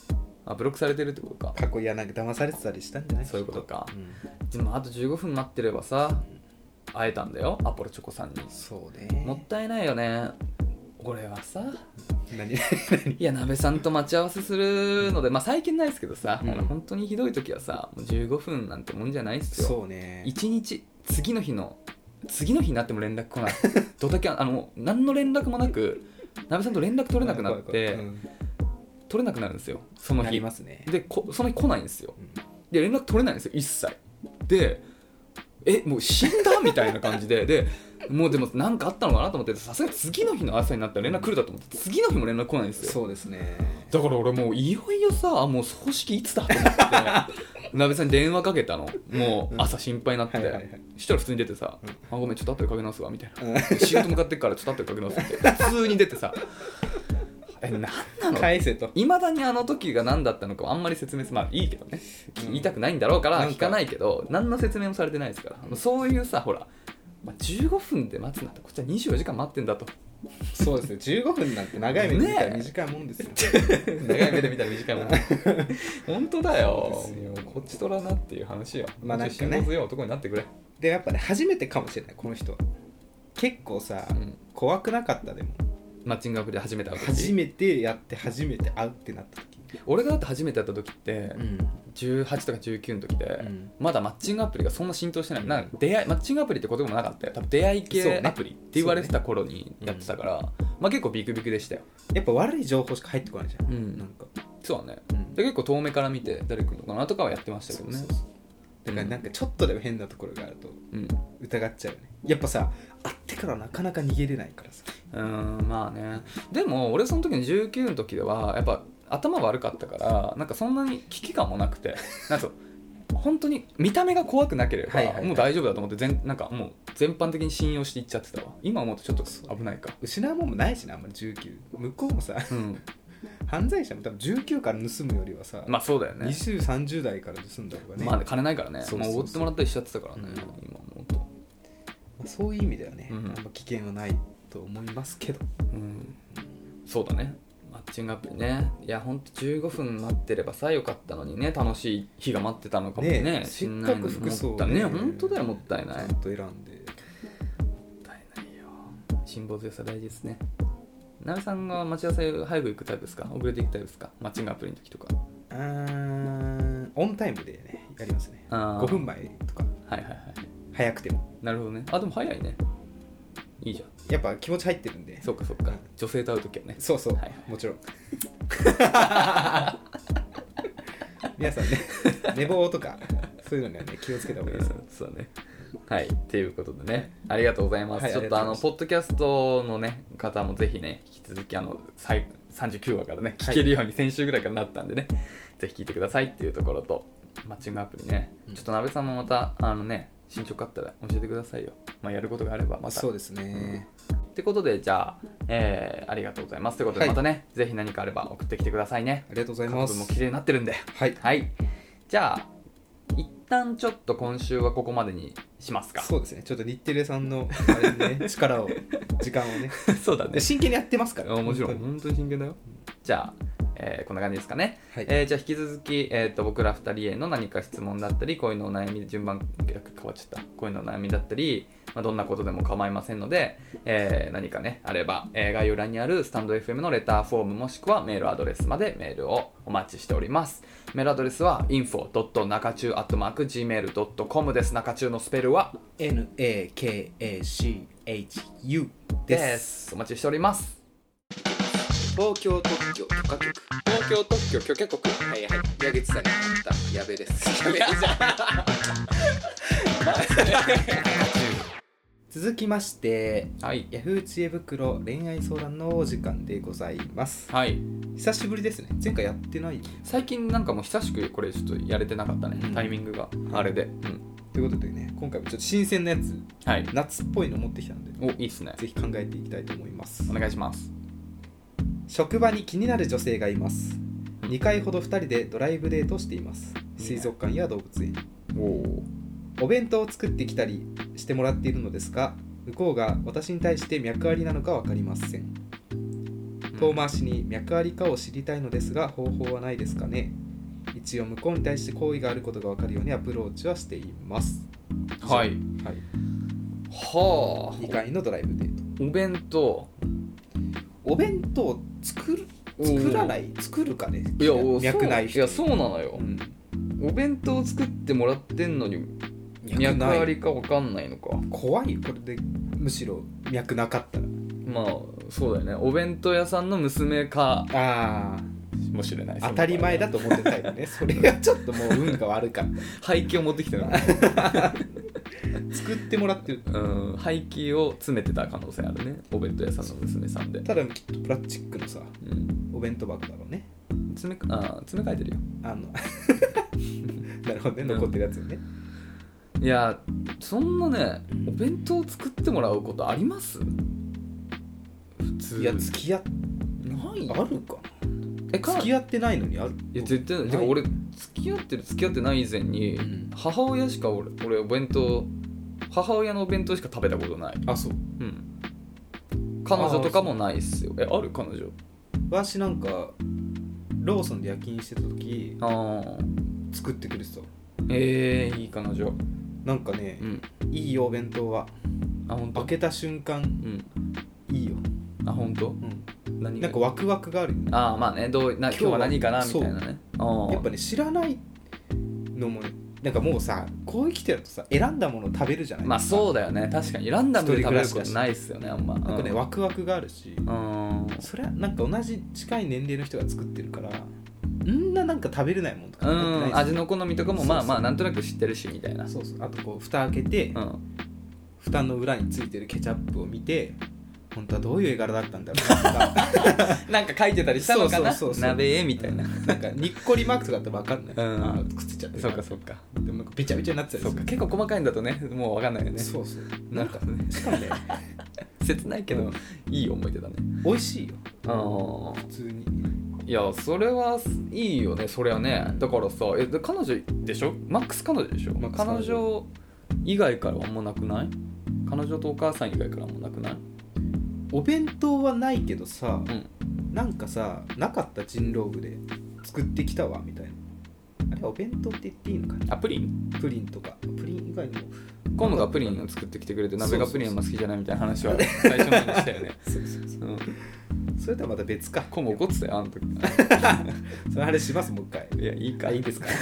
あブロックされてるってことか。 過去いやなんか騙されてたりしたんじゃない？ そういうことか、 うん、 でもあとじゅうごふん待ってればさ会えたんだよアポロチョコさんに。 そうね。 もったいないよね。俺はさ何いや鍋さんと待ち合わせするので、まあ最近ないですけどさ、 うん、 あの本当にひどい時はさもうじゅうごふんなんてもんじゃないっすよ。 そうね。 いちにち次の日の次の日になっても連絡来ないどだけあの何の連絡もなく鍋さんと連絡取れなくなって、うん、取れなくなるんですよその日。 なりますね。 でこその日来ないんですよ、 うん、 で連絡取れないんですよ一切で、えもう死んだみたいな感じででもうでも何かあったのかなと思ってさすがに次の日の朝になったら連絡来るだと思って次の日も連絡来ないんですよ。 そうですね。 だから俺もういよいよさもう葬式いつだと思って鍋さんに電話かけたの。もう朝心配になって、うんはいはいはい、したら普通に出てさ、うん、あごめんちょっと後でかけ直すわみたいな、うん、仕事向かってっからちょっと後でかけ直すって普通に出てさえなんなの返せと。 いまだにあの時が何だったのかあんまり説明すまあいいけどね、うん、言いたくないんだろうから聞かないけど何の説明もされてないですから、うん、そういうさほら、まあ、じゅうごふんで待つんだってこっちはにじゅうよじかん待ってんだと。 そうですね。じゅうごふんなんて長い目で見たら短いもんですよ、 ね、長い目で見たら短いもん本当だよ。こっちとらなっていう話よ。 まあなんかね辛抱強い男になってくれ。 でやっぱね初めてかもしれないこの人は。結構さ、うん、怖くなかったでもマッチングアプリで初めて会う時初めてやって初めて会うってなった時俺がだって初めて会った時って、うん、じゅうはちとかじゅうきゅうの時で、うん、まだマッチングアプリがそんな浸透してない、うん、なんか出会いマッチングアプリって言葉もなかったよ。多分出会い系アプリって言われてた頃にやってたから、ねうん、まあ結構ビクビクでしたよ。 やっぱ悪い情報しか入ってこないじゃん、うん、なんかそうだね、うん、で結構遠目から見て誰来るのかなとかはやってましたけどね。そうそうそうだからなんかちょっとでも変なところがあると疑っちゃうよね、うん、やっぱさ会ってからなかなか逃げれないからさ。 うーんまあね。でも俺その時にじゅうきゅうの時ではやっぱ頭悪かったからなんかそんなに危機感もなくてなんか本当に見た目が怖くなければはいはい、はい、もう大丈夫だと思って全なんかもう全般的に信用していっちゃってたわ。今思うとちょっと危ないか。 失うもんもないしなあんまりじゅうきゅう向こうもさ、うん、犯罪者も多分じゅうきゅうから盗むよりはさまあそうだよねにじゅう、 さんじゅう代から盗んだとかねまあ金ないからねそうそうそうもうおごってもらったりしちゃってたからね、うん、今思うと、まあ、そういう意味ではね、うん、あんま危険はないと思いますけど、うん、 そうだね。マッチングアプリね。いやほんとじゅうごふん待ってればさよかったのにね。楽しい日が待ってたのかもね。 ねせっかく服装ねね本当だよもったいない。 ちゃんと選んでもったいないよ。辛抱強さ大事ですね。なべさんが待ち合わせ早く行くタイプですか遅れて行くタイプですかマッチングアプリの時とか。 あーオンタイムでねやりますね。ごふんまえとかはいはいはい早くても。 なるほどね。あでも早いね。いいじゃん。 やっぱ気持ち入ってるんで。 そっかそっか、うん、女性と会う時はね。 そうそう、はいはい、もちろん皆さんね寝坊とかそういうのにはね気をつけた方がいいです、うん、 そうね。はいということでねありがとうございます、はい、ちょっとあのポッドキャストのね方もぜひね引き続きあのさんじゅうきゅうわからね聞けるように先週ぐらいからなったんでね、はい、ぜひ聞いてくださいっていうところとマッチングアプリね、うん、ちょっとなべさんもまたあのね進捗あったら教えてくださいよ。まあやることがあればまた。 そうですね、 うん、ってことでじゃあ、えー、ありがとうございますということで、はい、またねぜひ何かあれば送ってきてくださいね。 ありがとうございます。 各文も綺麗になってるんではい、 はい、じゃあ一旦ちょっと今週はここまでにしますか。 そうですね。ちょっと日テレさんのあれにね力を時間をねそうだね真剣にやってますからもちろん本当に真剣だよ。じゃあえー、こんな感じですかね、 はいえー、じゃあ引き続き、えー、と僕らふたりへの何か質問だったり恋のお悩み順番変わっちゃった恋のお悩みだったり、まあ、どんなことでも構いませんので、えー、何かねあれば、えー、概要欄にあるスタンド エフエム のレターフォームもしくはメールアドレスまでメールをお待ちしております。メールアドレスは インフォドットナカチューアットマークジーメールドットコム です。ナカチューのスペルはエヌエーケーエーシーエイチユーです。 です。 お待ちしております。 東京特許許可局東京特許許可局はいはい矢口さんに会った矢部です矢部じゃ続きまして、 はい、 ヤフー知恵袋恋愛相談のお時間でございます。 はい久しぶりですね。前回やってない最近なんかもう久しくこれちょっとやれてなかったね、うん、タイミングがあれで、うん、 ということでね今回もちょっと新鮮なやつ、 はい、 夏っぽいの持ってきたのでおいいっすね。 ぜひ考えていきたいと思います。 お願いします。 職場に気になる女性がいます。にかいほどふたりでドライブデートしています。水族館や動物園。お, お弁当を作ってきたりしてもらっているのですが向こうが私に対して脈ありなのか分かりません。 遠回しに脈ありかを知りたいのですが方法はないですかね。一応向こうに対して好意があることが分かるようにアプローチはしています。 はい、 はい、 はあ。 にかいのドライブデート。 お弁当お弁当作る作らない作るかね。 いや脈ない人。 いやそうなのよ、うん、お弁当作ってもらってんのに脈ありか分かんないのか。 怖いよこれで。むしろ脈なかったらまあそうだよね。お弁当屋さんの娘かあもしれない。 当たり前だと思ってたよね。それがちょっともう運が悪かった廃棄を持ってきてる作ってもらってる、 うん、廃棄を詰めてた可能性あるね。お弁当屋さんの娘さんで。 ただきっとプラスチックのさ、うん、お弁当箱だろうね。 詰めあ詰め替えてるよ。 あのなるほどね、残ってるやつよね、 うん、いやそんなねお弁当作ってもらうことあります？普通。 いや付き合ってないあるかな。え付き合ってないのにある？ いや絶対ない。てか俺付き合ってる付き合ってない以前に、うん、母親しか俺俺お弁当母親のお弁当しか食べたことない。 あそう。 うん彼女とかもないっすよ。えある彼女？ 私なんかローソンで夜勤してた時あ作ってくれてた。 えー、いい彼女。 なんかね、 うん、 いいよお弁当は。 あ本当。 開けた瞬間、うん、いいよ。 あ本当？ うん。何なんかワクワクがあるよね。 ああまあねどうな今日は何かなみたいなね。あやっぱね知らないのもなんかもうさこう生きてるとさ選んだものを食べるじゃない。 まあそうだよね。確かに選んだもの食べることないっすよねあんま。 なんかね、 うん、 ワクワクがあるし、 うん、 それはなんか同じ近い年齢の人が作ってるからんななんか食べれないものとかうん、味の好みとかもまあまあなんとなく知ってるしみたいな。 そうそう。あとこう蓋開けて、うん、蓋の裏についてるケチャップを見て本当はどういう絵柄だったんだろうなとかなんか書いてたりしたのかな。そうそうそうそう鍋絵みたいな、うん、 なんかにっこりマークとかって分かんない、 うん、 あくっついちゃってそうかそうか。 でもなんかべちゃべちゃになってたりする。 そうか結構細かいんだとねもう分かんないよね。 そうそうなんかねしかもね切ないけど、うん、いい思い出だね。 美味しいよあ普通に。 いやそれはいいよね。それはねだからさえ彼女でしょ。マックス彼女でしょ。彼女以外からはあんまなくない？彼女とお母さん以外からあんまなくない？ お弁当はないけどさ、 うん、 なんかさなかった人狼部で作ってきたわみたいな。あれはお弁当って言っていいのかな。 あプリンプリンとかプリン以外にもコムがプリンを作ってきてくれて鍋がプリンあんま好きじゃないみたいな話は最初のにしたよねそうそうそう、うん、それとはまた別か。 コム怒ってたよあの時その話しますもう一回。 いやいいかいいですか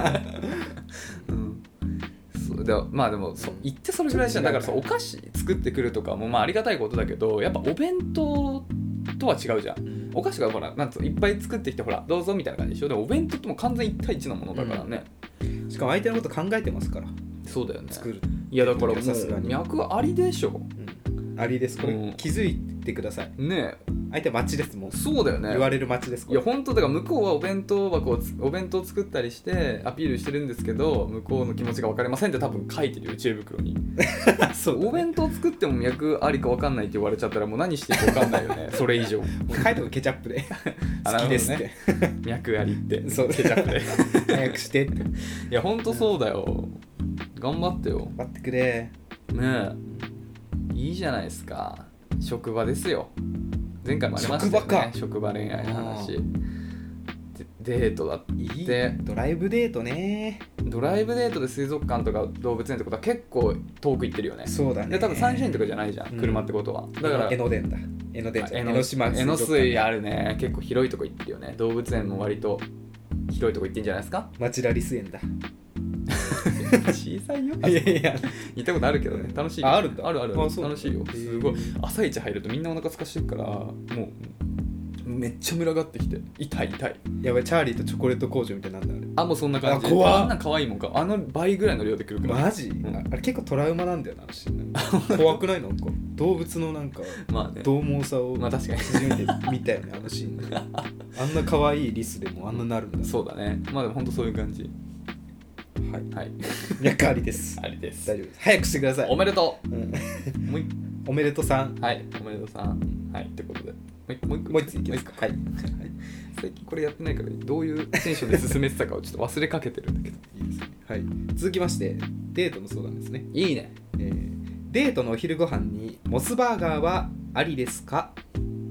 うんそうでまあでもそ言ってそれぐらいじゃん。だからさお菓子作ってくるとかもまあありがたいことだけどやっぱお弁当とは違うじゃん、うん、お菓子がほらなんつういっぱい作ってきてほらどうぞみたいな感じでしょ。でもお弁当っても完全いち対いちのものだからね、 うん、しかも相手のこと考えてますから。 そうだよね作る。 いやだからもう脈ありでしょ、 うん、ありです。これ、うん、気づいてくださいねえ。 相手は町ですもん。 そうだよね。 言われる町です。 いや本当だから向こうはお弁当箱をお弁当作ったりしてアピールしてるんですけど向こうの気持ちが分かりませんって多分書いてるよ知恵袋にそう、ね、 お弁当作っても脈ありか分かんないって言われちゃったらもう何していいか分かんないよねそれ以上。もう書いてもケチャップで好きですって、 ね、脈ありってそうケチャップで早くしてって。いや本当そうだよ。頑張ってよ。 頑張ってくれねえ。いいじゃないですか。職場ですよ。前回もありましたよね。職場か。職場恋愛の話。デートだっていい。 ドライブデートね。 ドライブデートで水族館とか動物園ってことは結構遠く行ってるよね。 そうだね。 で多分サンシャインとかじゃないじゃん、うん、車ってことは。だから江ノ電だ。江ノ電じゃない。江ノ島江ノ水あるね。結構広いとこ行ってるよね。動物園も割と広いとこ行ってんじゃないですか。 町田リス園だ。 小さいよ。いやいや行ったことあるけどね。楽しい。 あ、あるんだ。 あるある。あ楽しいよ。すごい。朝一入るとみんなお腹空かしてるからもうめっちゃ群がってきて痛い痛い。 やばいチャーリーとチョコレート工場みたいなんだあれ。 あもうそんな感じ。 あ怖っ。 あんな可愛いもんか。あの倍ぐらいの量で来るから。 マジ、うん、あれ結構トラウマなんだよな。怖くないなんか動物のなんかまあね獰猛さをまあ確かに初めて見たよねあのシーンで。あんな可愛いリスでもあんななるんだ。 そうだね。まあでも本当そういう感じ。 はい、 はい、 脈ありです。 ありです。 大丈夫です。早くしてください。 おめでとう、うん、もうおめでとうさん。 はいおめでとうさん。はいってことでもう一ついきますか。はい、 最近これやってないからどういうテンションで進めてたかをちょっと忘れかけてるんだけどいいですね。はい、続きましてデートの相談ですね。 いいね、 えー、デートのお昼ご飯にモスバーガーはありですか？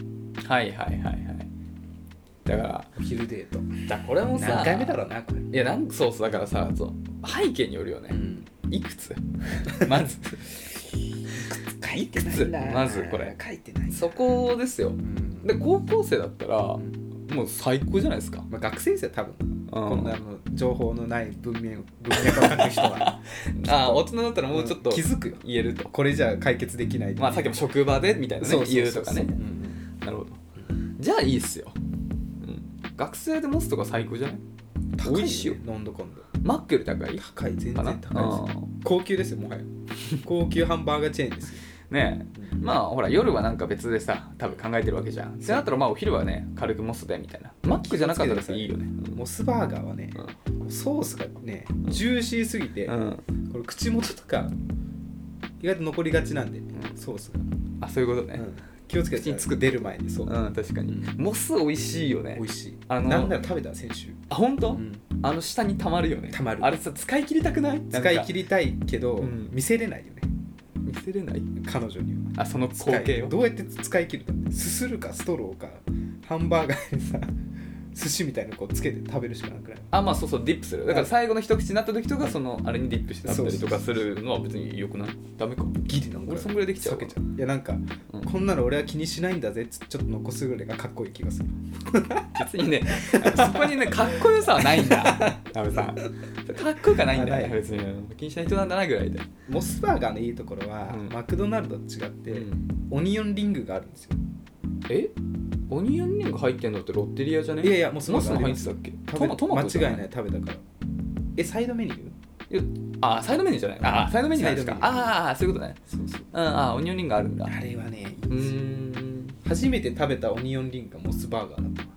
はいはいはいはい。だからお昼デートだこれもさ何回目だろうなこれ。 いやなんそうそうだからさそう背景によるよね、 うん、 いくつまず書いてないんだまずこれ書いてないそこですよ、 うん、 で高校生だったら、 うん、 もう最高じゃないですか、 まあ、学生生は多分、 うん、 こんなの情報のない文面文脈を書く人はあ大人だったらもうちょっと気づくよ言えると、 これじゃ解決できない。 まあさっきも職場でみたいなねそうそうそう言うとかね、 うん、 なるほど、じゃあいいっすよ、うん、学生でモスとか最高じゃない？ 高い美味しいよ。 なんだかんだマックより高い高い、全然かな高いです。高級ですよ、もはや高級ハンバーガーチェーンですよねえ、まあほら夜はなんか別でさ多分考えてるわけじゃん。ってなったらまあお昼はね軽くモスでみたいな。マックじゃなかったらさいいよね。 モスバーガーはね、うん、ソースがねジューシーすぎて、うん、これ口元とか意外と残りがちなんで、うん、ソースが。 あそういうことね、うん、 気をつけて口につく出る前にそう、 うん、確かに、うん、モス美味しいよね。 美味しい。 あのなんなら食べた先週。 あ本当、 うん、 あの下にたまるよね。 たまる。 あれさ使い切りたくない？ 使い切りたいけど、うん、見せれないよね。 見せれない？ 彼女には。 あその光景をどうやって使い切るか。すするかストローかハンバーガーにさ寿司みたいなのこうつけて食べるしかなくない？ あまあそうそうディップする。だから最後の一口になった時とかそのあれにディップして食べたりとかするのは別に良くない？ダメか。 ギリなんか俺そんぐらいできちゃう。 避けちゃう。いやなんか、うん、こんなの俺は気にしないんだぜちょっと残すぐらいがかっこいい気がする。 別にねそこにねかっこよさはないんだ。阿部さんかっこよくはないんだよね。別に気にしない人なんだなぐらいで。 モスバーガーのいいところは、うん、マクドナルドと違って、うん、オニオンリングがあるんですよ。 えオニオンリング入ってんのってロッテリアじゃね？ いやいやもうそもそも入ってたっけ？ トマト間違いない食べたから。えサイドメニュー？あサイドメニューじゃない？あサイドメニューなんですか？ああそういうことね。そうそう。うんあオニオンリングあるんだ。 あれはねいいですよ。うーん初めて食べたオニオンリングがモスバーガーだった。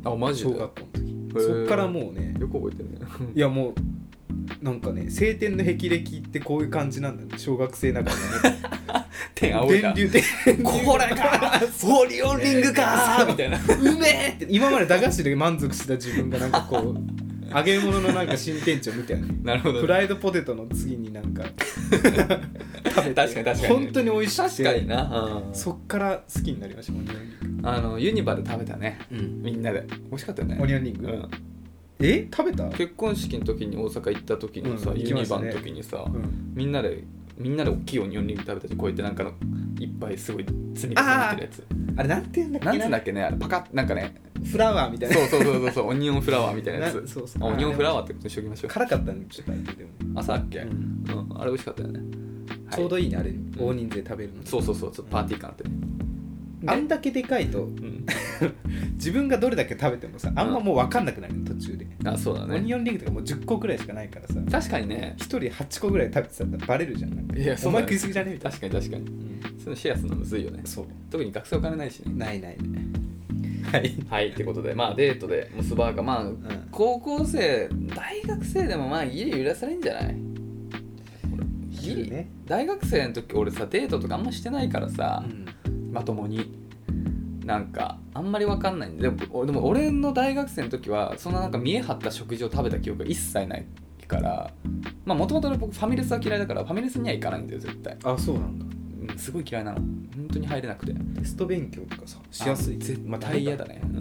あマジで？ 小学校の時。そっからもうねよく覚えてるね。 いやもうなんかね晴天の霹靂ってこういう感じなんだね小学生ながらね。 天青いか電流電これかオニオンリングかみたいなうめえって今まで駄菓子で満足した自分がなんかこう揚げ物のなんか新天地を見てる。 なるほど、ね、 フライドポテトの次になんか食べて確かに確かに本当に美味しくて確かにな、 うん、そっから好きになりました。オニオンリングあのユニバで食べたね、うん、みんなで美味しかったよねオニオンリング、うん、え食べた？ 結婚式の時に大阪行った時にさ、うん、ユニバの時にさ、うん、みんなでみんなで大きいオニオンリング食べたしこうやってなんかのいっぱいすごい積み重なってるやつ。 あれなんて言うんだっけ？ なんつうんだっけねあれパカッなんかねフラワーみたいな。 そうそうそうそうオニオンフラワーみたいなやつ。 そうそうオニオンフラワーってことにしておきましょう。 辛かったねちょっとあれでも。 朝だっけ？うん、うん、あれ美味しかったよね。 ちょうどいいねあれ大人数で食べるの、 うん。そうそうそうちょっとパーティー感あってね。 うん、あんだけでかいと、うん、自分がどれだけ食べてもさあんまもう分かんなくなる、ね、途中で。 あそうだね。 オニオンリングとかもうじゅっこぐらいしかないからさ。 確かにねひとりはちこぐらい食べてたらバレるじゃん。なんかいやお前食いすぎじゃねみたいな。 確かに確かに、うん、そういうのシェアするのむずいよね。 そう特に学生お金ないしね。 ないないね。はいはいってことでまあデートでモスバーガーまあ、うん、高校生大学生でもまあギリ許されんじゃない？ギリね。大学生の時俺さデートとかあんましてないからさ、うん、まともになんかあんまり分かんないんで。でも、でも俺の大学生の時はそんななんか見え張った食事を食べた記憶が一切ないからまあもともと僕ファミレスは嫌いだからファミレスには行かないんだよ絶対。 あそうなんだ。 すごい嫌いなの本当に入れなくて。 テスト勉強とかさしやすい。 絶対嫌だね、うん、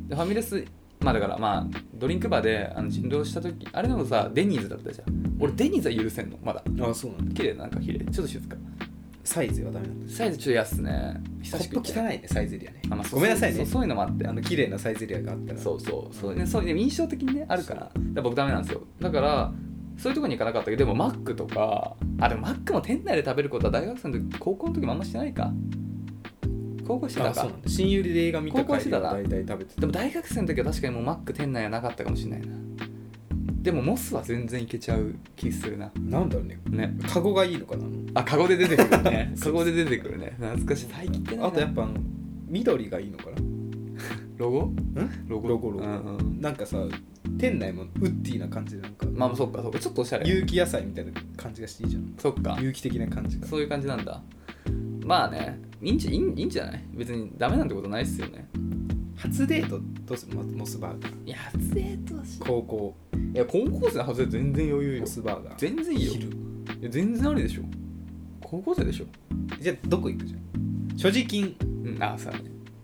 でファミレスまあだからまあドリンクバーであの人狼した時あれでもさデニーズだったじゃん。俺デニーズは許せんのまだ。 あそうなんだ。 綺麗なんか綺麗ちょっと静か。 サイズはダメなんだ。 サイズちょっと安ね。久しくコップ汚いねサイゼリアね。 あ、まあ、 ごめんなさいね。 そう、そういうのもあってあの綺麗なサイゼリアがあったらそうそうそう、ね、そういう、ね、印象的にねあるからだから僕ダメなんですよ。だからそういうとこに行かなかったけどでもマックとかあでもマックも店内で食べることは大学生の時高校の時もあんましてないか。高校してたか。 そうなんだ。新百合で映画見た帰りは大体食べてた。 でも大学生の時は確かにもうマック店内はなかったかもしれないな。でもモスは全然いけちゃう気するな。 なんだろうね。 ね。 カゴがいいのかな。 あ、カゴで出てくるね。カゴで出てくるね。懐かしい。最近ってね。 あとやっぱあの緑がいいのかな。 ロゴ？ ん？ロゴロゴロゴ。うんうん、なんかさ店内もウッディな感じでなんか。 まあそっかそっかちょっとおしゃれ。 有機野菜みたいな感じがしていいじゃん。 そっか。 有機的な感じが。 そういう感じなんだ。まあねいいんじゃいいんじゃない？別にダメなんてことないっすよね。 初デートどうする？モスバーガー。 いや初デートはし高校。 いや高校生の初デート全然余裕よ。 モスバーガー。 全然いいよ。 昼。 いや全然ありでしょ。高校生でしょ。 じゃあどこ行くじゃん。所持金。 うんあそうね。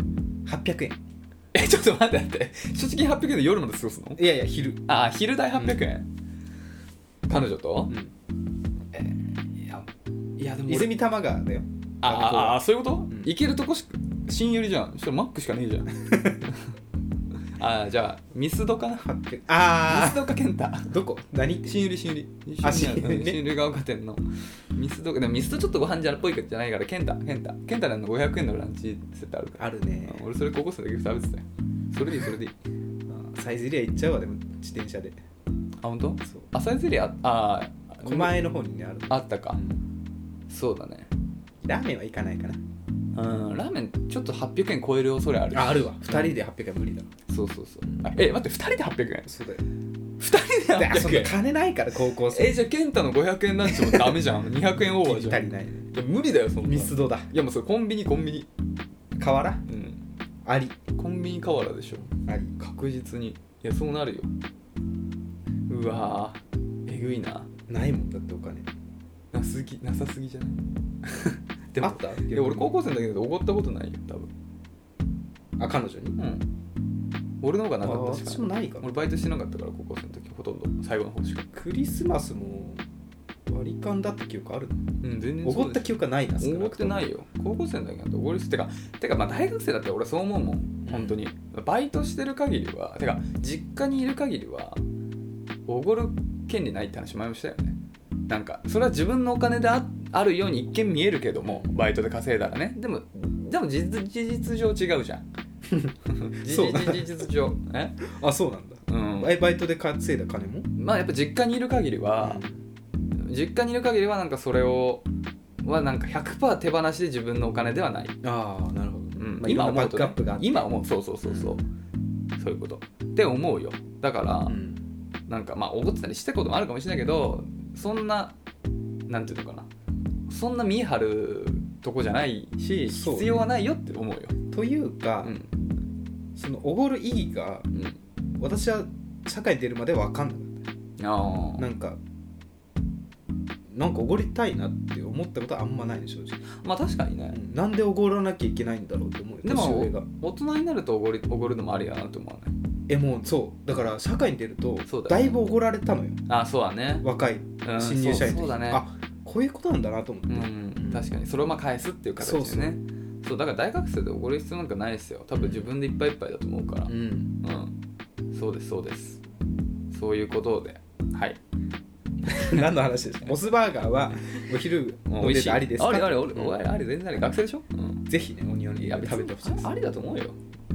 はっぴゃくえん。 えちょっと待って待って所持金はっぴゃくえんで夜まで過ごすの？ いやいや昼。 ああ昼代はっぴゃくえん、うん、彼女と、 うん、 えー、いやいやでも泉多摩川だよ。 ああそういうこと、うん、行けるとこし新寄りじゃん。そしたらマックしかねえじゃんああじゃあミスドかな。 ああミスドかケンタどこ何新百合新百合あ新百合ね新百合ヶ丘店のミスド。でもミスドちょっとご飯じゃっぽいじゃないからケンタケンタケンタのごひゃくえんのランチセットあるから。 あるね。 俺それ高校生の時食べてたよ。それでいいそれでいいサイゼリア行っちゃうわ。でも自転車で。 あ本当？ そうあサイゼリアああ狛江の方にねある。 あったか、 うん、 そうだね。 ラーメンは行かないかな。 うんラーメンちょっとはっぴゃくえん超える恐れある。 ああるわ。ふたりではっぴゃくえん無理だ。 そうそうそう。あえ待ってふたりではっぴゃくえん。 そうだよ。 ふたりではっぴゃくえん。 そんな金ないから高校生。 えじゃあケンタのごひゃくえんランチもダメじゃん。にひゃくえんオーバーじゃん。 足りない、ね、 いや無理だよそんな。 ミスドだ。 いやもうそれコンビニコンビニ河原うんありコンビニ河原でしょ。 あり確実に。いやそうなるよ。うわーえぐいな。 ないもんだってお金なすぎなさすぎじゃないでもあった？ いや俺高校生の時だけどおごったことないよ多分。 あ彼女に？ うん俺の方がなかったし。 私もないかな。 俺バイトしてなかったから高校生の時ほとんど最後の方しか。 クリスマスも割り勘だった記憶あるの？ うん全然おごった記憶はないな。 おごってないよ高校生の時なんておごりすてかてかまあ大学生だって俺そう思うもん本当に、うん、バイトしてる限りはてか実家にいる限りはおごる権利ないって話前もしたよね。なんかそれは自分のお金で あ, あるように一見見えるけどもバイトで稼いだらね。でもでも事実事実上違うじゃんそう事実上えあそうなんだ、うん、えバイトで稼いだ金もまあやっぱ実家にいる限りは、うん、実家にいる限りはなんかそれをはなんか ひゃくパーセント 手放しで自分のお金ではない。 ああなるほど、 うんまあ、今思うと、ね、バックアップが今思うそうそうそうそう、うん、そういうことって思うよ。だから、うん、なんかまあおごってたりしたこともあるかもしれないけどそんななんていうのかなそんな見え張るとこじゃないし、必要はないよって思うよ。 というか、うん、そのおごる意義が、うん、私は社会に出るまで分かんなかった。あなんかなんかおごりたいなって思ったことはあんまないね正直。 まあ確かにね、 うん、なんでおごらなきゃいけないんだろうと思うよ。 でも大人になるとおごりおごるのもありだなと思うね。 えもうそうだから社会に出るとだいぶおごられたのよ。 あそうだね若い新入社員の時、うん、そうだね。あこういうことなんだなと思って、 うんうん、確かにそれをまあ返すっていう形でね。そうそうそうだから大学生でおごる必要なんかないですよ多分。自分でいっぱいいっぱいだと思うから、うん、うん、そうですそうです。そういうことではい何の話ですかモスバーガーはお昼のデートありですか？ ありありあり、うん、あり全然あり。学生でしょ、うん、ぜひねオニオンリング食べてほしいです。ありだと思うよ、うん、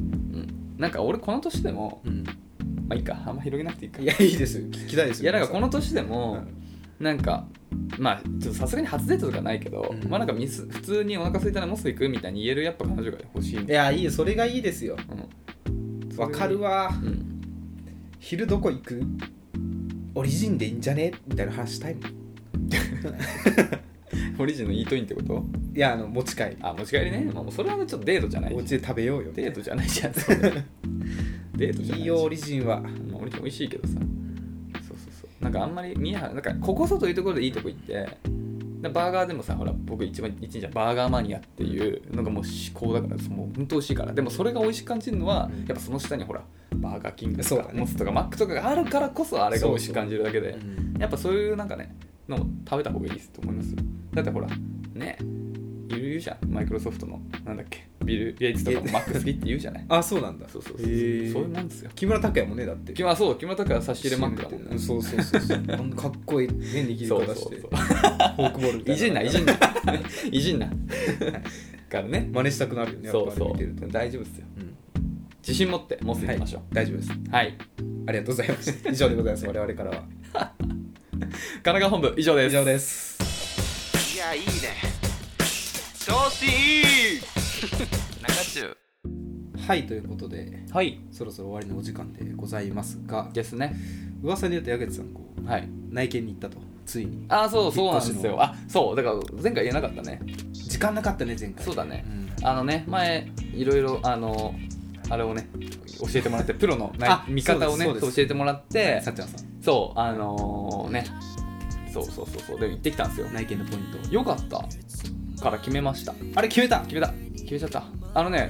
なんか俺この年でも、うん、まあいいかあんま広げなくていいか。 いやいいですよ聞きたいですよ。 いやなんかこの年でも、うん、なんかまあちょっとさすがに初デートとかないけど、うん、まあなんかミス普通にお腹空いたらモス行くみたいに言えるやっぱ彼女が欲しい。 いやいいよそれがいいですよわ、うん、かるわ、うん、昼どこ行くオリジンでいいんじゃねみたいな話したいもんオリジンのイートインってこと？ いやあの持ち帰り。 あ持ち帰りね、まあ、それはちょっとデートじゃない。 お家で食べようよ。 デートじゃないじゃんデートじゃない。いいよオリジンは、 まあ、オリジン美味しいけどさ。そうそうそうなんかあんまり見えはなんかここぞというところでいいとこ行ってバーガーでもさほら僕一番一日はバーガーマニアっていうのがもう至高だからもう本当美味しいから。でもそれが美味しく感じるのはやっぱその下にほらバーガーキングとかモスとかマックとかがあるからこそあれが美味しく感じるだけでそうそう、うん、やっぱそういうなんかねの食べた方がいいですと思いますよ。だってほらねいる言うじゃんマイクロソフトのなんだっけビル・ゲイツとかもマック好きって言うじゃないあそうなんだ。 そうそうそうそういうもんですよ。 木村拓哉もねだって木村そう木村拓哉は差し入れマックだもんね。 そうそうそうそうかっこいいね握り方してフォークボールみたいないじんないじんないじんなからね真似したくなるよね。 そうそう大丈夫ですよ、うん、自信持ってモス行きましょう、 はい、大丈夫です。 はいありがとうございます。以上でございます我々からは神奈川本部以上です。 以上です。 いやいいね調子いい中中はいということで、 はい、 そろそろ終わりのお時間でございますがですね。 噂によって矢口さんこう、 はい、 内見に行ったとついに。 あそうそうなんですよ。あそうだから前回言えなかったね。 時間なかったね前回。 そうだね、うん、あのね前いろいろあのあれをね教えてもらってプロの見方をね教えてもらってさっちゃんさんそうあのー、ねそうそうそうそうで行ってきたんですよ。 内見のポイントよかったから決めました。 あれ決めた決めた決めちゃった。あのね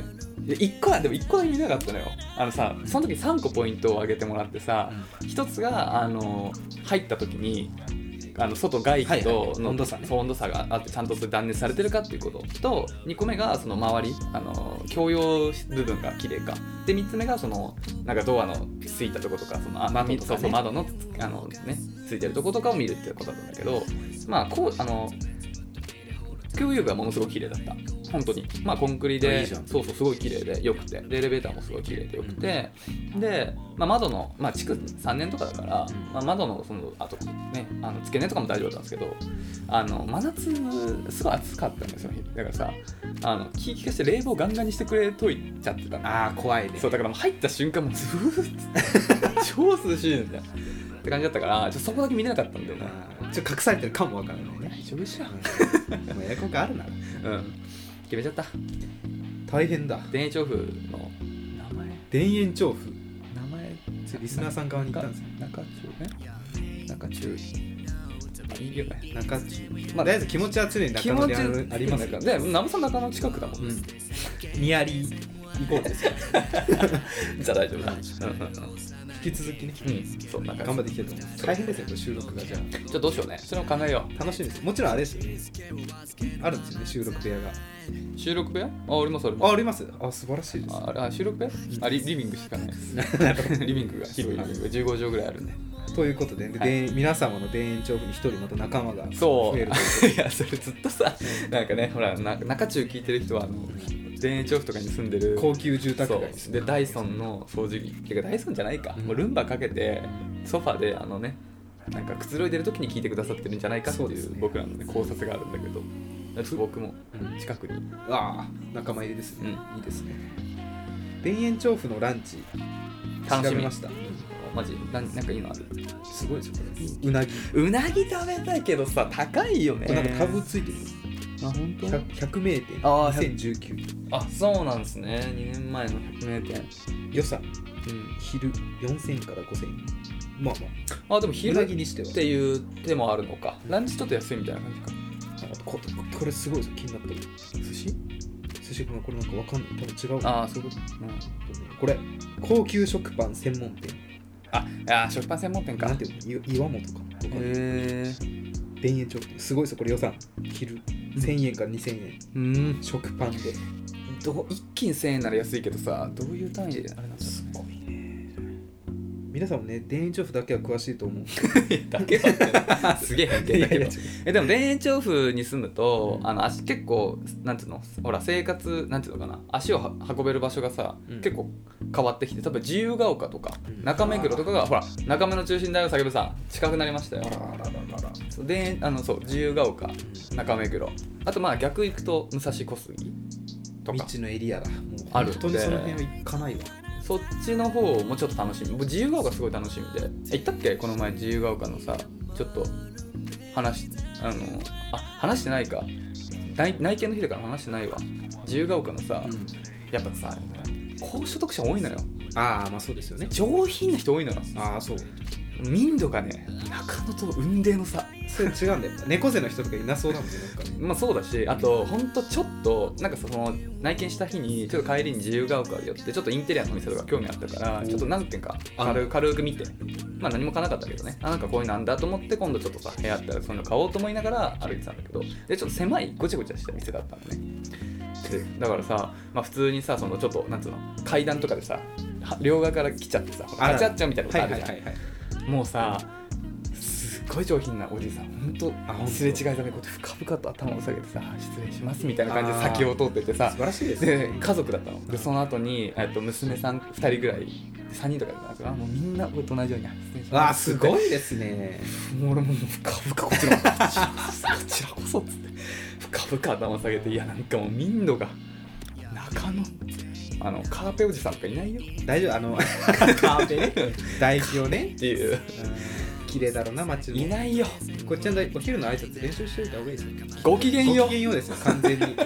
でいっこはでもいっこだけ見なかったのよ。あのさその時さんこポイントを上げてもらってさ、うん、ひとつがあの入った時にあの外外気との温度差ね、温度差があってちゃんとそれ断熱されてるかっていうことと、にこめがその周りあの共用部分が綺麗かで、みっつめがそのなんかドアのついたとことかそのあ窓とか、ね、そうそう窓のあのねついてるとことかを見るっていうことなんだけど、まあこうあの共有部はものすごく綺麗だった。本当にまあコンクリでいいそうそうすごい綺麗でよくて、でエレベーターもすごい綺麗でよくて、うん、で、まあ、窓のまあ築さんねんとかだから、うんまあ、窓のそのあとねあの付け根とかも大丈夫だったんですけど、あの真夏すごい暑かったんですよ。だからさあの気利かして冷房ガンガンにしてくれといちゃってたの。 ああ怖いね。 そうだからもう入った瞬間もうずーっと超涼しいんだよって感じだったから、ちょっとそこだけ見れなかったんだよね。 ちょっと隠されてるかもわからないね。 大丈夫じゃん。 もうエアコンがあるならうん決めちゃった。 大変だ。 田園調布の名前田園調布名前リスナーさん側に行ったんですよ。 中中ね中中あいいよね中中まあとりあえず気持ちは常に中野で あ, ありますからでナブさん中野近くだもん、うん、 ニアリー行こうですよじゃあ大丈夫だ、うん引き続きね、 うん、そうなんか頑張っていきたいと思います。大変ですよ収録が。じゃあじゃあどうしようね。それも考えよう。 楽しみです。もちろんあれですよあるんですよね収録部屋が。 収録部屋あありますあります。 あありますあ素晴らしいです。 ああ収録部屋あ リ, リビングしかないですリビングが広いリビングがじゅうごじょうぐらいあるんで。 ということで、で、はい、皆様の田園調布に一人また仲間が増えるそういやそれずっとさなんかねほらな中中聞いてる人はあの田園調布とかに住んでる高級住宅街でダイソンの掃除機っていうかダイソンじゃないか、うん、もうルンバかけてソファであのねなんかくつろいでる時に聞いてくださってるんじゃないかっていう僕らの、ね、考察があるんだけど、ちょっと僕も近くに、うん、 ああ仲間入りですね、うん、いいですね。田園調布のランチ楽しみました。 マジな, なんかいいのある。 すごいですよこれ。うなぎうなぎ食べたいけどさ高いよね。 なんかタブついてる。 あ本当。 ひゃく名店あにせんじゅうきゅう。 あそうなんですね。にねんまえのひゃく名店予算、うん、昼よんせんえんからごせんえん。まあまああでも昼っていう手もあるのか。ランチちょっと安いみたいな感じか。 あこ, これすごいですよ気になった。寿司寿司これなんかわかんない多分違う。 ああそういうこと、うん、 これ高級食パン専門店。 ああ食パン専門店か。 なんていうの岩本か。へえ田園調布すごいですよこれ予算昼せんえんからにせんえん、 うん、 食パンでど一気にせんえんなら安いけどさどういう単位であれなんだろうね。 すごいね。皆さんもね田園調布だけは詳しいと思うだけはすげえ偏見だけどえでも田園調布に住むと、うん、あの足結構なんていうのほら生活なんていうのかな足を運べる場所がさ、うん、結構変わってきて例えば自由が丘とか、うん、中目黒とかがほら中目の中心だよ叫ぶさん近くなりましたよ。 あらららららそうであのそう自由が丘中目黒あとまあ逆行くと武蔵小杉とか道のエリアだもうある本当にその辺は行かないわ。 そっちの方もちょっと楽しみ。僕自由が丘すごい楽しみでえ行ったっけこの前自由が丘のさちょっと話あのあ話してないか 内, 内見の日だから話してないわ。自由が丘のさ、うん、やっぱさ高所得者多いのよ。 ああまあそうですよね。 上品な人多いのよ。 ああそう民度がね中野と雲泥の差それ違うんだよ。猫背の人とかいなそうだもんね。なんかねまあそうだしあとほんとちょっとなんかその内見した日にちょっと帰りに自由が丘で寄ってちょっとインテリアのお店とか興味あったからちょっと何点か軽, 軽く見てまあ何も買わなかったけどねあなんかこういうのなんだと思って今度ちょっとさ部屋あったらそういうの買おうと思いながら歩いてたんだけどでちょっと狭いごちゃごちゃした店だったのね。でだからさ、まあ、普通にさそのちょっとなんつうの階段とかでさ両側から来ちゃってさガチャッチャみたいなことあるじゃん、はいはいはいはい、もうさすっごい上品なおじいさんほんとすれ違いざめこう深々と頭を下げてさ失礼しますみたいな感じで先を通っててさ素晴らしいですね。 で家族だったのでその後にえっと娘さんふたりぐらいさんにんとかだったんですがもうみんなこれと同じように失礼します。 すごいですね。 もう俺も深々こちらこちらこそっつって深々頭を下げていやなんかもう民度が中野あのカーペおじさんとかいないよ。 大丈夫あのカーペね唾液をねっていう綺麗だろうな街もいないよ。 こっちのお昼の挨拶練習しておいた方がいいですよ。 ごきげんようごきげんようですよ完全に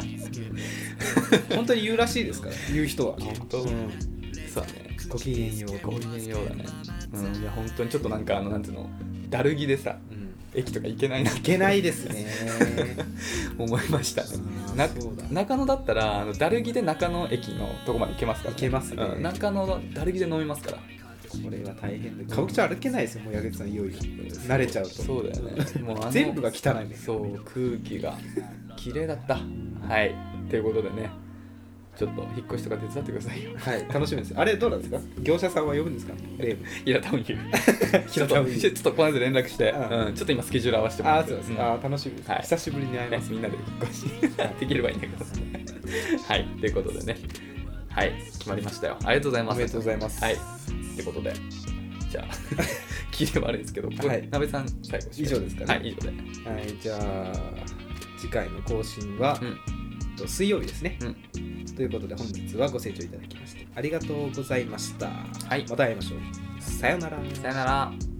本当に言うらしいですから言う人は本当、うん、そうだねごきげんようごきげんようだね。うんいや本当にちょっとなんかあのなんていうのだるぎでさ、 駅とか行けないなっていけないですね思いましたね。なそうだ中野だったらあのダルギで中野駅のとこまで行けますから、ね、 行けますね、 うん、中野のダルギで飲みますから。 これは大変で歌舞伎町歩けないですよ、もう矢口さんいよいよ慣れちゃうと。 そうだよねもうあの全部が汚いね。 そう空気が綺麗だった。はいということでね、ちょっと引っ越しとか手伝ってくださいよ。 はい楽しみです。あれどうなんですか、業者さんは呼ぶんですか、レーム。 いや多分言うちょっと多分言うちょっとこの間連絡して、 うんうん、ちょっと今スケジュール合わせてもらああってそうですか、あー楽しみです、 はい久しぶりに会いねます。 みんなで引っ越しできればいいんだけどはいということでね、はい決まりましたよ。ありがとうございます。 おめでとうございます。 はいってことでじゃあ聞いて悪いですけど、 はいなべさん最後以上ですかね。 はい以上で、 はいじゃあ次回の更新は、 うんと水曜日ですね、 うん、 ということで本日はご清聴いただきましてありがとうございました。 はいまた会いましょう。さようなら。 さよなら。